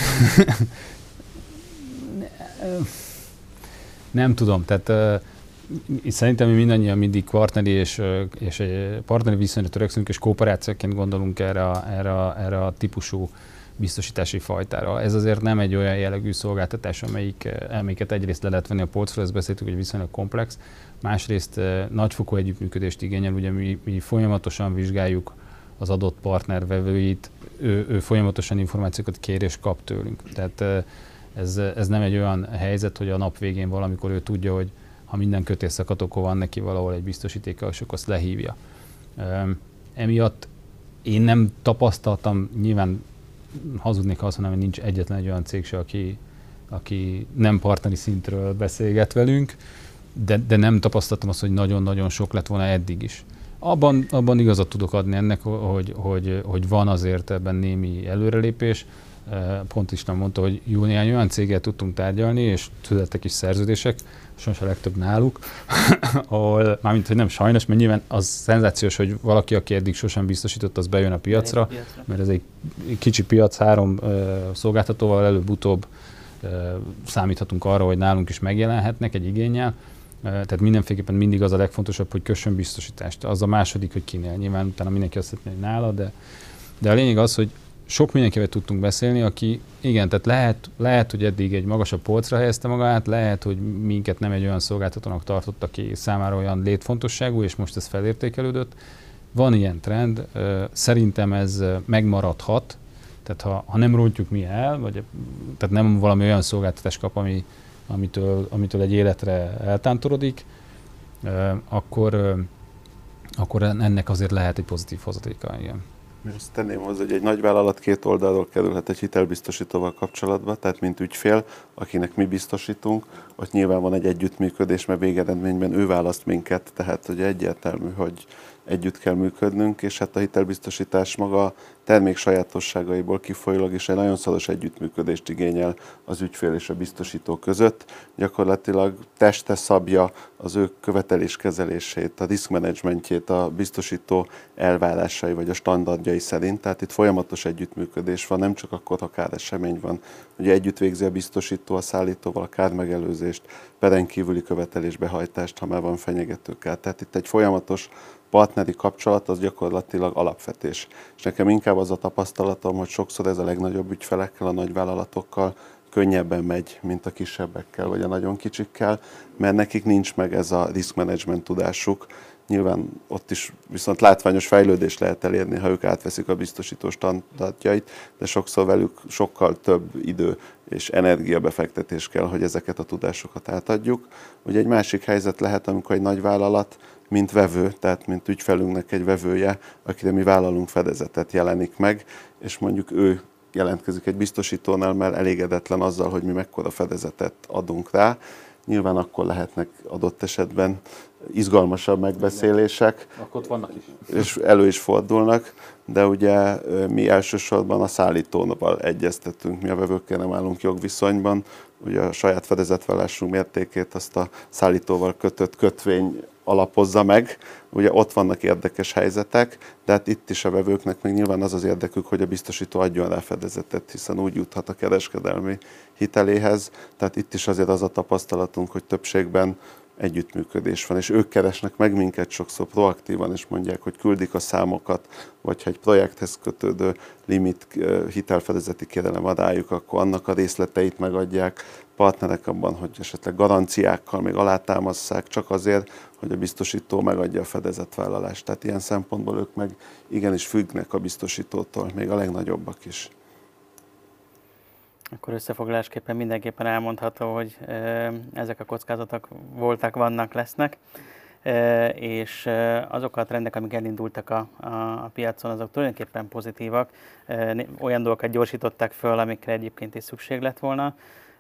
Nem tudom, tehát szerintem mi mindannyian mindig partneri és partneri viszonyra törekszünk, és kooperációként gondolunk erre a típusú biztosítási fajtára. Ez azért nem egy olyan jellegű szolgáltatás, amelyiket egyrészt le lehet venni a polcról, ezt beszéltük, hogy viszonylag komplex, másrészt nagyfokú együttműködést igényel, ugye mi folyamatosan vizsgáljuk az adott partner vevőit, ő folyamatosan információkat kér és kap tőlünk. Tehát ez nem egy olyan helyzet, hogy a nap végén valamikor ő tudja, hogy ha minden kötés szakad, akkor van neki valahol egy biztosítéka, és akkor azt lehívja. Emiatt én nem tapasztaltam, nyilván hazudnék, ha azt mondanám, hogy nincs egyetlen egy olyan cég se, aki nem partneri szintről beszélget velünk, de nem tapasztaltam azt, hogy nagyon-nagyon sok lett volna eddig is. Abban igazat tudok adni ennek, hogy van azért ebben némi előrelépés. Pont István mondta, hogy jó néhány olyan céggel tudtunk tárgyalni, és születtek is szerződések, sajnos a legtöbb náluk, ahol, mármint, hogy nem sajnos, mert nyilván az szenzációs, hogy valaki, aki eddig sosem biztosított, az bejön a piacra, mert ez egy kicsi piac, 3 szolgáltatóval előbb-utóbb számíthatunk arra, hogy nálunk is megjelenhetnek egy igénnyel. Tehát mindenféleképpen mindig az a legfontosabb, hogy kössön biztosítást. Az a második, hogy kinél. Nyilván utána mindenki azt szeretné, hogy nála, de a lényeg az, hogy sok mindenkivel tudtunk beszélni, aki igen, tehát lehet, hogy eddig egy magasabb polcra helyezte magát, lehet, hogy minket nem egy olyan szolgáltatónak tartott, aki számára olyan létfontosságú, és most ez felértékelődött. Van ilyen trend, szerintem ez megmaradhat, tehát ha nem rontjuk mi el, tehát nem valami olyan szolgáltatás kap, amitől egy életre eltántorodik, akkor ennek azért lehet egy pozitív hozatéka, igen.
Azt tenném hozzá, hogy egy nagyvállalat két oldalról kerülhet egy hitelbiztosítóval kapcsolatba, tehát mint ügyfél, akinek mi biztosítunk, ott nyilván van egy együttműködés, mert végeredményben ő választ minket, tehát hogy egyértelmű, hogy együtt kell működnünk, és hát a hitelbiztosítás maga termék sajátosságaiból kifolyólag is egy nagyon szoros együttműködést igényel az ügyfél és a biztosító között. Gyakorlatilag teste szabja az ő követeléskezelését, a risk managementjét a biztosító elvárásai vagy a standardjai szerint. Tehát itt folyamatos együttműködés van, nem csak akkor, ha káresemény van. Ugye együtt végzi a biztosító a szállítóval a kármegelőzést, peren kívüli követelésbehajtást, ha már van fenyegető kár. Tehát itt egy folyamatos partneri kapcsolat az gyakorlatilag alapvetés. És nekem inkább az a tapasztalatom, hogy sokszor ez a legnagyobb ügyfelekkel, a nagyvállalatokkal könnyebben megy, mint a kisebbekkel vagy a nagyon kicsikkel, mert nekik nincs meg ez a risk management tudásuk. Nyilván ott is viszont látványos fejlődést lehet elérni, ha ők átveszik a biztosító standardjait, de sokszor velük sokkal több idő és energiabefektetés kell, hogy ezeket a tudásokat átadjuk. Ugye egy másik helyzet lehet, amikor egy nagyvállalat, mint vevő, tehát mint ügyfelünknek egy vevője, akire mi vállalunk fedezetet, jelenik meg, és mondjuk ő jelentkezik egy biztosítónál, mert elégedetlen azzal, hogy mi mekkora fedezetet adunk rá. Nyilván akkor lehetnek adott esetben izgalmasabb megbeszélések,
Akkor ott vannak is.
és elő is fordulnak, de ugye mi elsősorban a szállítóval egyeztetünk, mi a vevőkkel nem állunk jogviszonyban, ugye a saját fedezetvállalásunk mértékét azt a szállítóval kötött kötvény alapozza meg. Ugye ott vannak érdekes helyzetek, de hát itt is a vevőknek meg nyilván az az érdekük, hogy a biztosító adjon rá fedezetet, hiszen úgy juthat a kereskedelmi hiteléhez. Tehát itt is azért az a tapasztalatunk, hogy többségben együttműködés van, és ők keresnek meg minket sokszor proaktívan, és mondják, hogy küldik a számokat, vagy ha egy projekthez kötődő limit hitelfedezeti kérelem adájuk, akkor annak a részleteit megadják. Partnerek abban, hogy esetleg garanciákkal még alátámasszák, csak azért, hogy a biztosító megadja a fedezetvállalást. Tehát ilyen szempontból ők meg igenis függnek a biztosítótól, még a legnagyobbak is.
Akkor összefoglalásképpen mindenképpen elmondható, hogy ezek a kockázatok voltak, vannak, lesznek, és azok a trendek, amik elindultak a piacon, azok tulajdonképpen pozitívak. Olyan dolgokat gyorsították föl, amikre egyébként is szükség lett volna.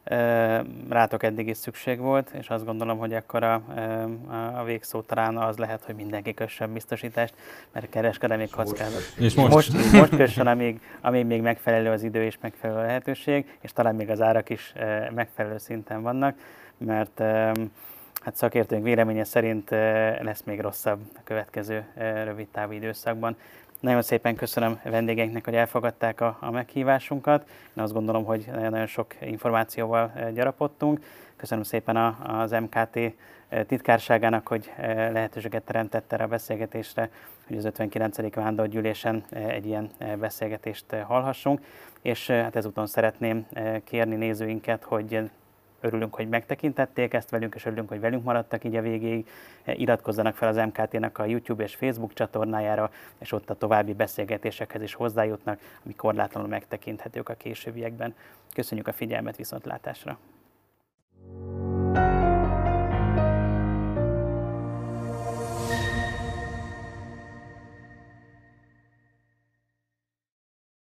Rátok eddig is szükség volt, és azt gondolom, hogy akkor a végszó talán az lehet, hogy mindenki kössön biztosítást, mert kereskedelmi kockázat.
És
Most kössön, amíg még megfelelő az idő és megfelelő a lehetőség, és talán még az árak is megfelelő szinten vannak, mert hát szakértőink véleménye szerint lesz még rosszabb a következő rövid távú időszakban. Nagyon szépen köszönöm vendégeinknek, hogy elfogadták a meghívásunkat. Én azt gondolom, hogy nagyon sok információval gyarapodtunk. Köszönöm szépen az MKT titkárságának, hogy lehetőséget teremtett erre a beszélgetésre, hogy az 59. Vándorgyűlésen egy ilyen beszélgetést hallhassunk. És hát ezúton szeretném kérni nézőinket, hogy örülünk, hogy megtekintették ezt velünk, és örülünk, hogy velünk maradtak így a végéig. Iratkozzanak fel az MKT-nak a YouTube és Facebook csatornájára, és ott a további beszélgetésekhez is hozzájutnak, ami korlátlanul megtekinthetők a későbbiekben. Köszönjük a figyelmet, viszontlátásra!